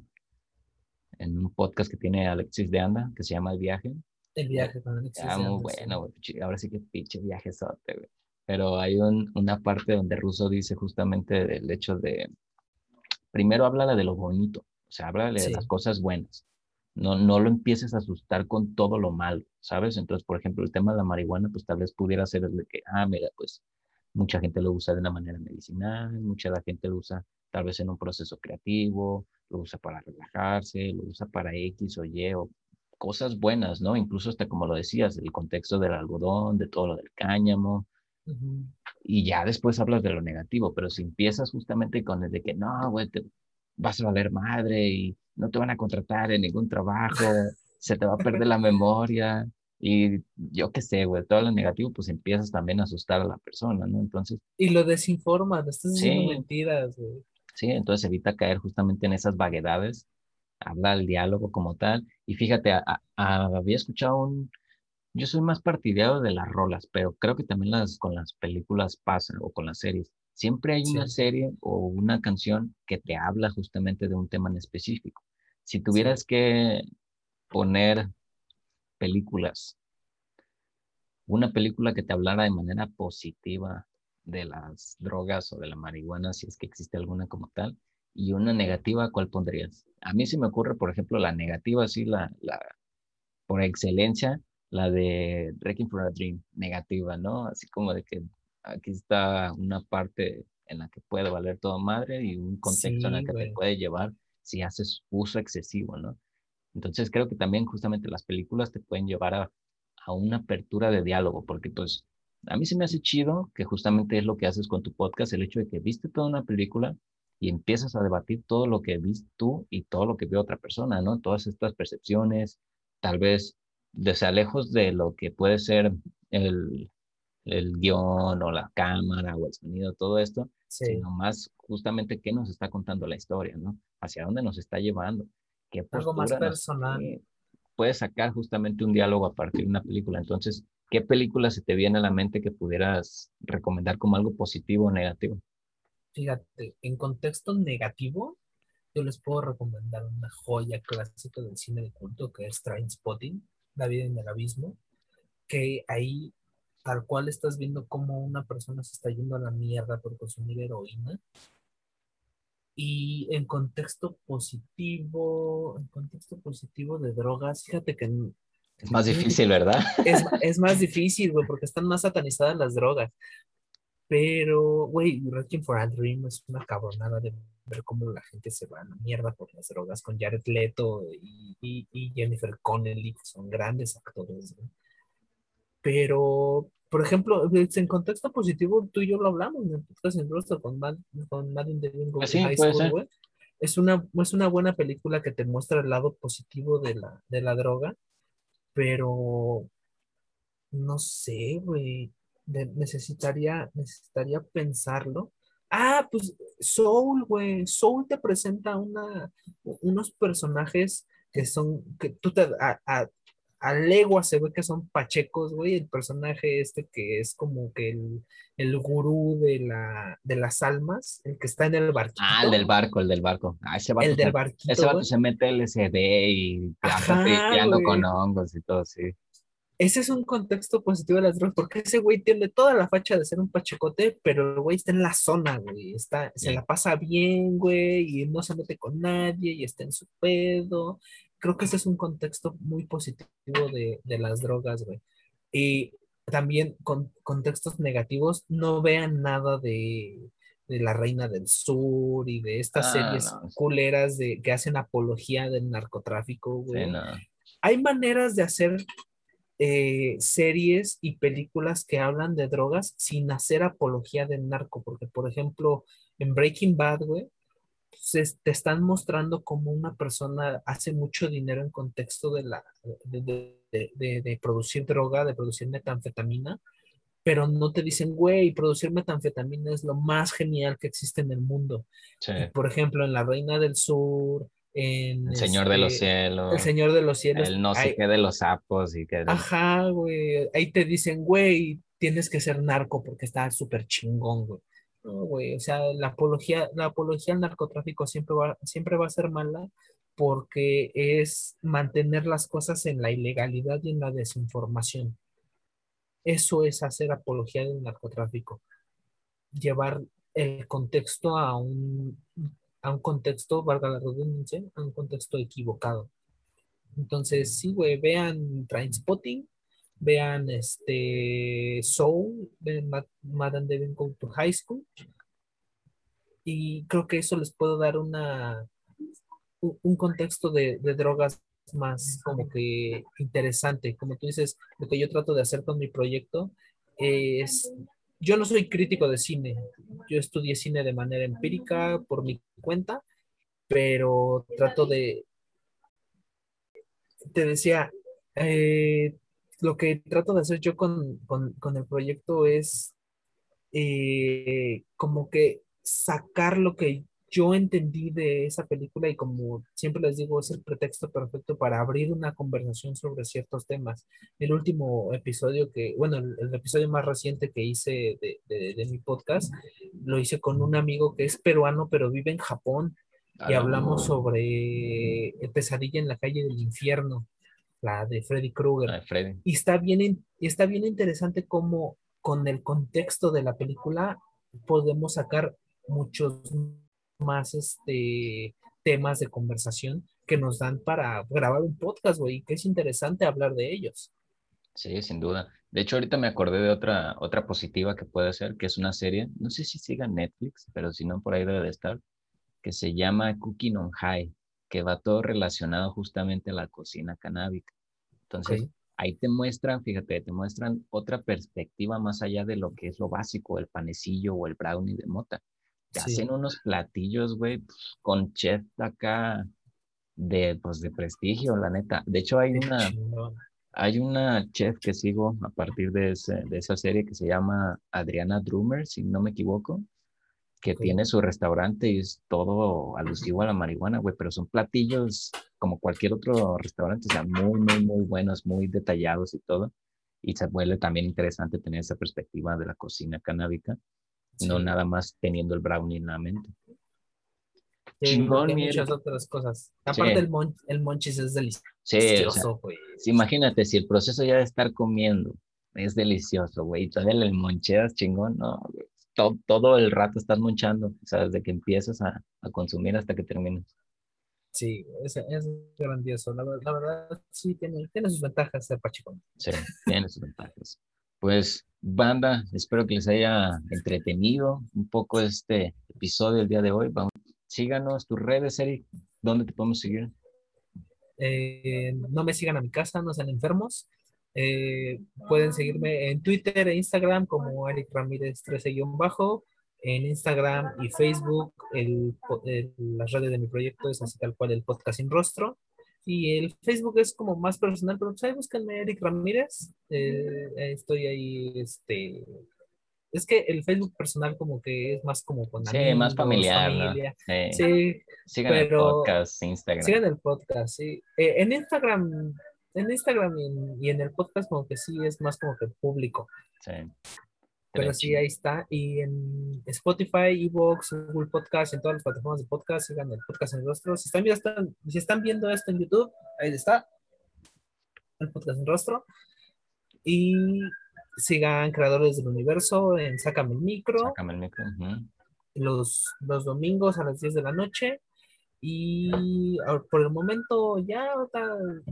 en un podcast que tiene Alexis de Anda, que se llama El Viaje. el Eh, viaje con Alexis de Muy Anda, sí. bueno, güey, ahora sí que pinche viajezote, güey. Pero hay una parte donde Russo dice justamente del hecho de, primero háblale de lo bonito, o sea, háblale de las Sí, cosas buenas. No, no lo empieces a asustar con todo lo malo, ¿sabes? Entonces, por ejemplo, el tema de la marihuana, pues tal vez pudiera ser el de que, mira, pues mucha gente lo usa de una manera medicinal, mucha la gente lo usa tal vez en un proceso creativo, lo usa para relajarse, lo usa para X o Y o cosas buenas, ¿no? Incluso hasta como lo decías, el contexto del algodón, de todo lo del cáñamo, ujú. y ya después hablas de lo negativo, pero si empiezas justamente con el de que no, güey, te vas a valer madre y no te van a contratar en ningún trabajo, se te va a perder la memoria y yo qué sé, güey, todo lo negativo, pues empiezas también a asustar a la persona, ¿no? Entonces, Y lo desinformas, le estás diciendo sí, mentiras, güey. sí, entonces evita caer justamente en esas vaguedades, habla el diálogo como tal, y fíjate, había escuchado yo soy más partidario de las rolas, pero creo que también con las películas pasa o con las series. Siempre hay una Sí, serie o una canción que te habla justamente de un tema en específico. Si sí. tuvieras que poner películas, una película que te hablara de manera positiva de las drogas o de la marihuana, si es que existe alguna como tal, y una negativa, ¿cuál pondrías? A mí se me ocurre, por ejemplo, la negativa, sí, por excelencia, la de Wrecking for a Dream, negativa, ¿no? Así como de que aquí está una parte en la que puede valer todo madre y un contexto en el Sí, que te güey. puede llevar si haces uso excesivo, ¿no? Entonces creo que también justamente las películas te pueden llevar a una apertura de diálogo, porque pues a mí se me hace chido que justamente es lo que haces con tu podcast, el hecho de que viste toda una película y empiezas a debatir todo lo que viste tú y todo lo que vio otra persona, ¿no? Todas estas percepciones, tal vez desde lejos de lo que puede ser el, el guión o la cámara o el sonido, todo esto, Sí. sino más justamente qué nos está contando la historia, ¿no? Hacia dónde nos está llevando, qué Algo más postura nos personal. puede sacar justamente un diálogo a partir de una película. Entonces, ¿qué película se te viene a la mente que pudieras recomendar como algo positivo o negativo? Fíjate, en contexto negativo, yo les puedo recomendar una joya clásica del cine de culto que es Trainspotting, La vida en el abismo, que ahí tal cual estás viendo cómo una persona se está yendo a la mierda por consumir heroína. Y en contexto positivo de drogas, fíjate que Es más fíjate difícil, ¿verdad? es más difícil, güey, porque están más satanizadas las drogas. Pero, güey, Requiem for a Dream es una cabronada de ver cómo la gente se va a la mierda por las drogas con Jared Leto y Jennifer Connelly, que son grandes actores, güey. Pero, por ejemplo, en contexto positivo, tú y yo lo hablamos en el podcast en Rostro con Madeline Devil Go Pues to sí, High puede School, ser. güey. Es una buena película que te muestra el lado positivo de la droga, pero no sé, güey. Necesitaría pensarlo. Ah, pues Soul, güey. Soul te presenta unos personajes que tú a legua se ve que son pachecos, güey. El personaje este que es como que el gurú de las almas, el que está en el Ah, el del barquito, barco, el del barco. Ah, el del ese barquito, vato güey. se mete LSD y anda Ajá, tripeando con güey. hongos y todo, sí. Ese es un contexto positivo de las drogas, porque ese güey tiene toda la facha de ser un pachecote, pero el güey está en la zona, güey. Se Bien. la pasa bien, güey, y no se mete con nadie, y está en su pedo. Creo que ese es un contexto muy positivo de las drogas, güey. Y también con contextos negativos, no vean nada de La Reina del Sur y de estas Ah, series no, culeras que hacen apología del narcotráfico, sí, güey. no. Hay maneras de hacer series y películas que hablan de drogas sin hacer apología del narco, porque por ejemplo, en Breaking Bad, güey, te están mostrando cómo una persona hace mucho dinero en contexto de producir droga, de producir metanfetamina, pero no te dicen, güey, producir metanfetamina es lo más genial que existe en el mundo. Sí. Y por ejemplo, en La Reina del Sur, en El Señor de los El Cielos, Señor de los Cielos, el no sé hay, qué de los sapos y que... ajá, güey. Ahí te dicen, güey, tienes que ser narco porque está súper chingón, güey. No, güey, o sea, la apología al narcotráfico siempre va a ser mala porque es mantener las cosas en la ilegalidad y en la desinformación. Eso es hacer apología del narcotráfico. Llevar el contexto a un contexto, valga la redundancia, a un contexto equivocado. Entonces, sí, güey, vean Trainspotting, vean Soul, vean Madame Devil Go to High School, y creo que eso les puedo dar un contexto de drogas más como que interesante. Como tú dices, lo que yo trato de hacer con mi proyecto es, yo no soy crítico de cine, yo estudié cine de manera empírica por mi cuenta, pero te decía, eh, lo que trato de hacer yo con el proyecto es como que sacar lo que yo entendí de esa película y como siempre les digo, es el pretexto perfecto para abrir una conversación sobre ciertos temas. El último episodio bueno, el episodio más reciente que hice de mi podcast, lo hice con un amigo que es peruano, pero vive en Japón A y la hablamos madre. sobre Pesadilla en la calle del infierno, la de Freddy Krueger. Ay, Freddy. Y está bien interesante cómo con el contexto de la película podemos sacar muchos más temas de conversación que nos dan para grabar un podcast, güey, que es interesante hablar de ellos. Sí, sin duda. De hecho, ahorita me acordé de otra positiva que puede ser, que es una serie, no sé si siga en Netflix, pero si no, por ahí debe de estar, que se llama Cooking on High, que va todo relacionado justamente a la cocina canábica. Ok, Entonces, ahí te muestran, fíjate, te muestran otra perspectiva más allá de lo que es lo básico, el panecillo o el brownie de mota. Te hacen sí, unos platillos, güey, con chef acá pues, de prestigio, la neta. De hecho, qué chingón. hay una chef que sigo a partir de esa serie que se llama Adriana Drumer, si no me equivoco, que Ok, tiene su restaurante y es todo alusivo a la marihuana, güey, pero son platillos como cualquier otro restaurante, o sea, muy buenos, muy detallados y todo. Y se vuelve también interesante tener esa perspectiva de la cocina canábica, no sí. nada más teniendo el brownie en la mente. Sí, porque Chingón, hay mi muchas Eric. otras cosas. Sí, Aparte el monchis es sí, o sea, delicioso, güey. sí, imagínate si el proceso ya de estar comiendo es delicioso, güey, y todavía le moncheas chingón, no, güey, todo el rato estás monchando, o sea, desde que empiezas a consumir hasta que terminas. Sí, es grandioso. La verdad, sí, tiene sus ventajas ser pachecón. Sí, tiene sus ventajas. Pues, banda, espero que les haya entretenido un poco este episodio el día de hoy. Síganos tus redes, Eric, ¿dónde te podemos seguir? No me sigan a mi casa, no sean enfermos. Pueden seguirme en Twitter e Instagram como Eric Ramírez 13-bajo. En Instagram y Facebook, las redes de mi proyecto es así tal cual el podcast sin rostro. Y el Facebook es como más personal, pero pues ahí búsquenme Eric Ramírez. Estoy ahí, es que el Facebook personal como que es más como con Sí, más amigos, familiar, ¿no? familia. Sí, Sigan el pero podcast, Instagram. sigan el podcast, sí. En Instagram y en el podcast como que sí es más como que público, Sí, pero estaría sí ahí está. Y en Spotify, Evox, Google Podcast, en todas las plataformas de podcast, sigan el podcast en rostro. Si están viendo esto en YouTube, ahí está, el podcast en rostro. Y sigan Creadores del Universo en Sácame el Micro, Sácame el micro. Ujú. los domingos a las 10 de la noche. Y por el momento ya ahorita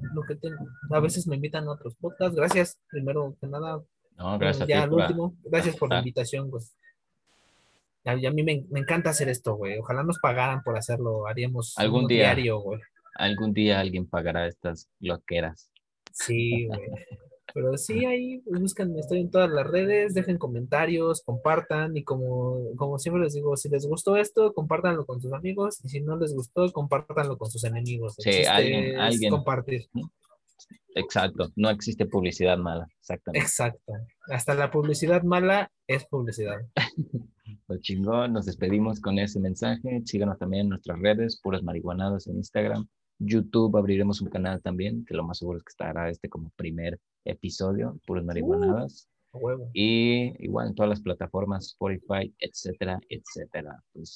a veces me invitan a otros podcasts. Gracias, primero que nada, No, bueno, gracias a ti ya al por último, gracias por la aceptar. invitación, güey. Y a mí me encanta hacer esto, güey. Ojalá nos pagaran por hacerlo. Haríamos Algún uno día, diario, güey. algún día alguien pagará estas loqueras. Sí, güey. Pero sí, ahí buscan, estoy en todas las redes, dejen comentarios, compartan y como siempre les digo, si les gustó esto, compártanlo con sus amigos y si no les gustó, compártanlo con sus enemigos. El Sí, chiste es alguien, compartir. ¿no? Exacto, no existe publicidad mala, exactamente. Exacto. Hasta la publicidad mala es publicidad. Pues chingón, nos despedimos con ese mensaje. Síganos también en nuestras redes, puras marihuanadas en Instagram. YouTube abriremos un canal también, que lo más seguro es que estará este como primer episodio, puras Uh, marihuanadas. a huevo. Y igual en todas las plataformas, Spotify, etcétera, etcétera. Pues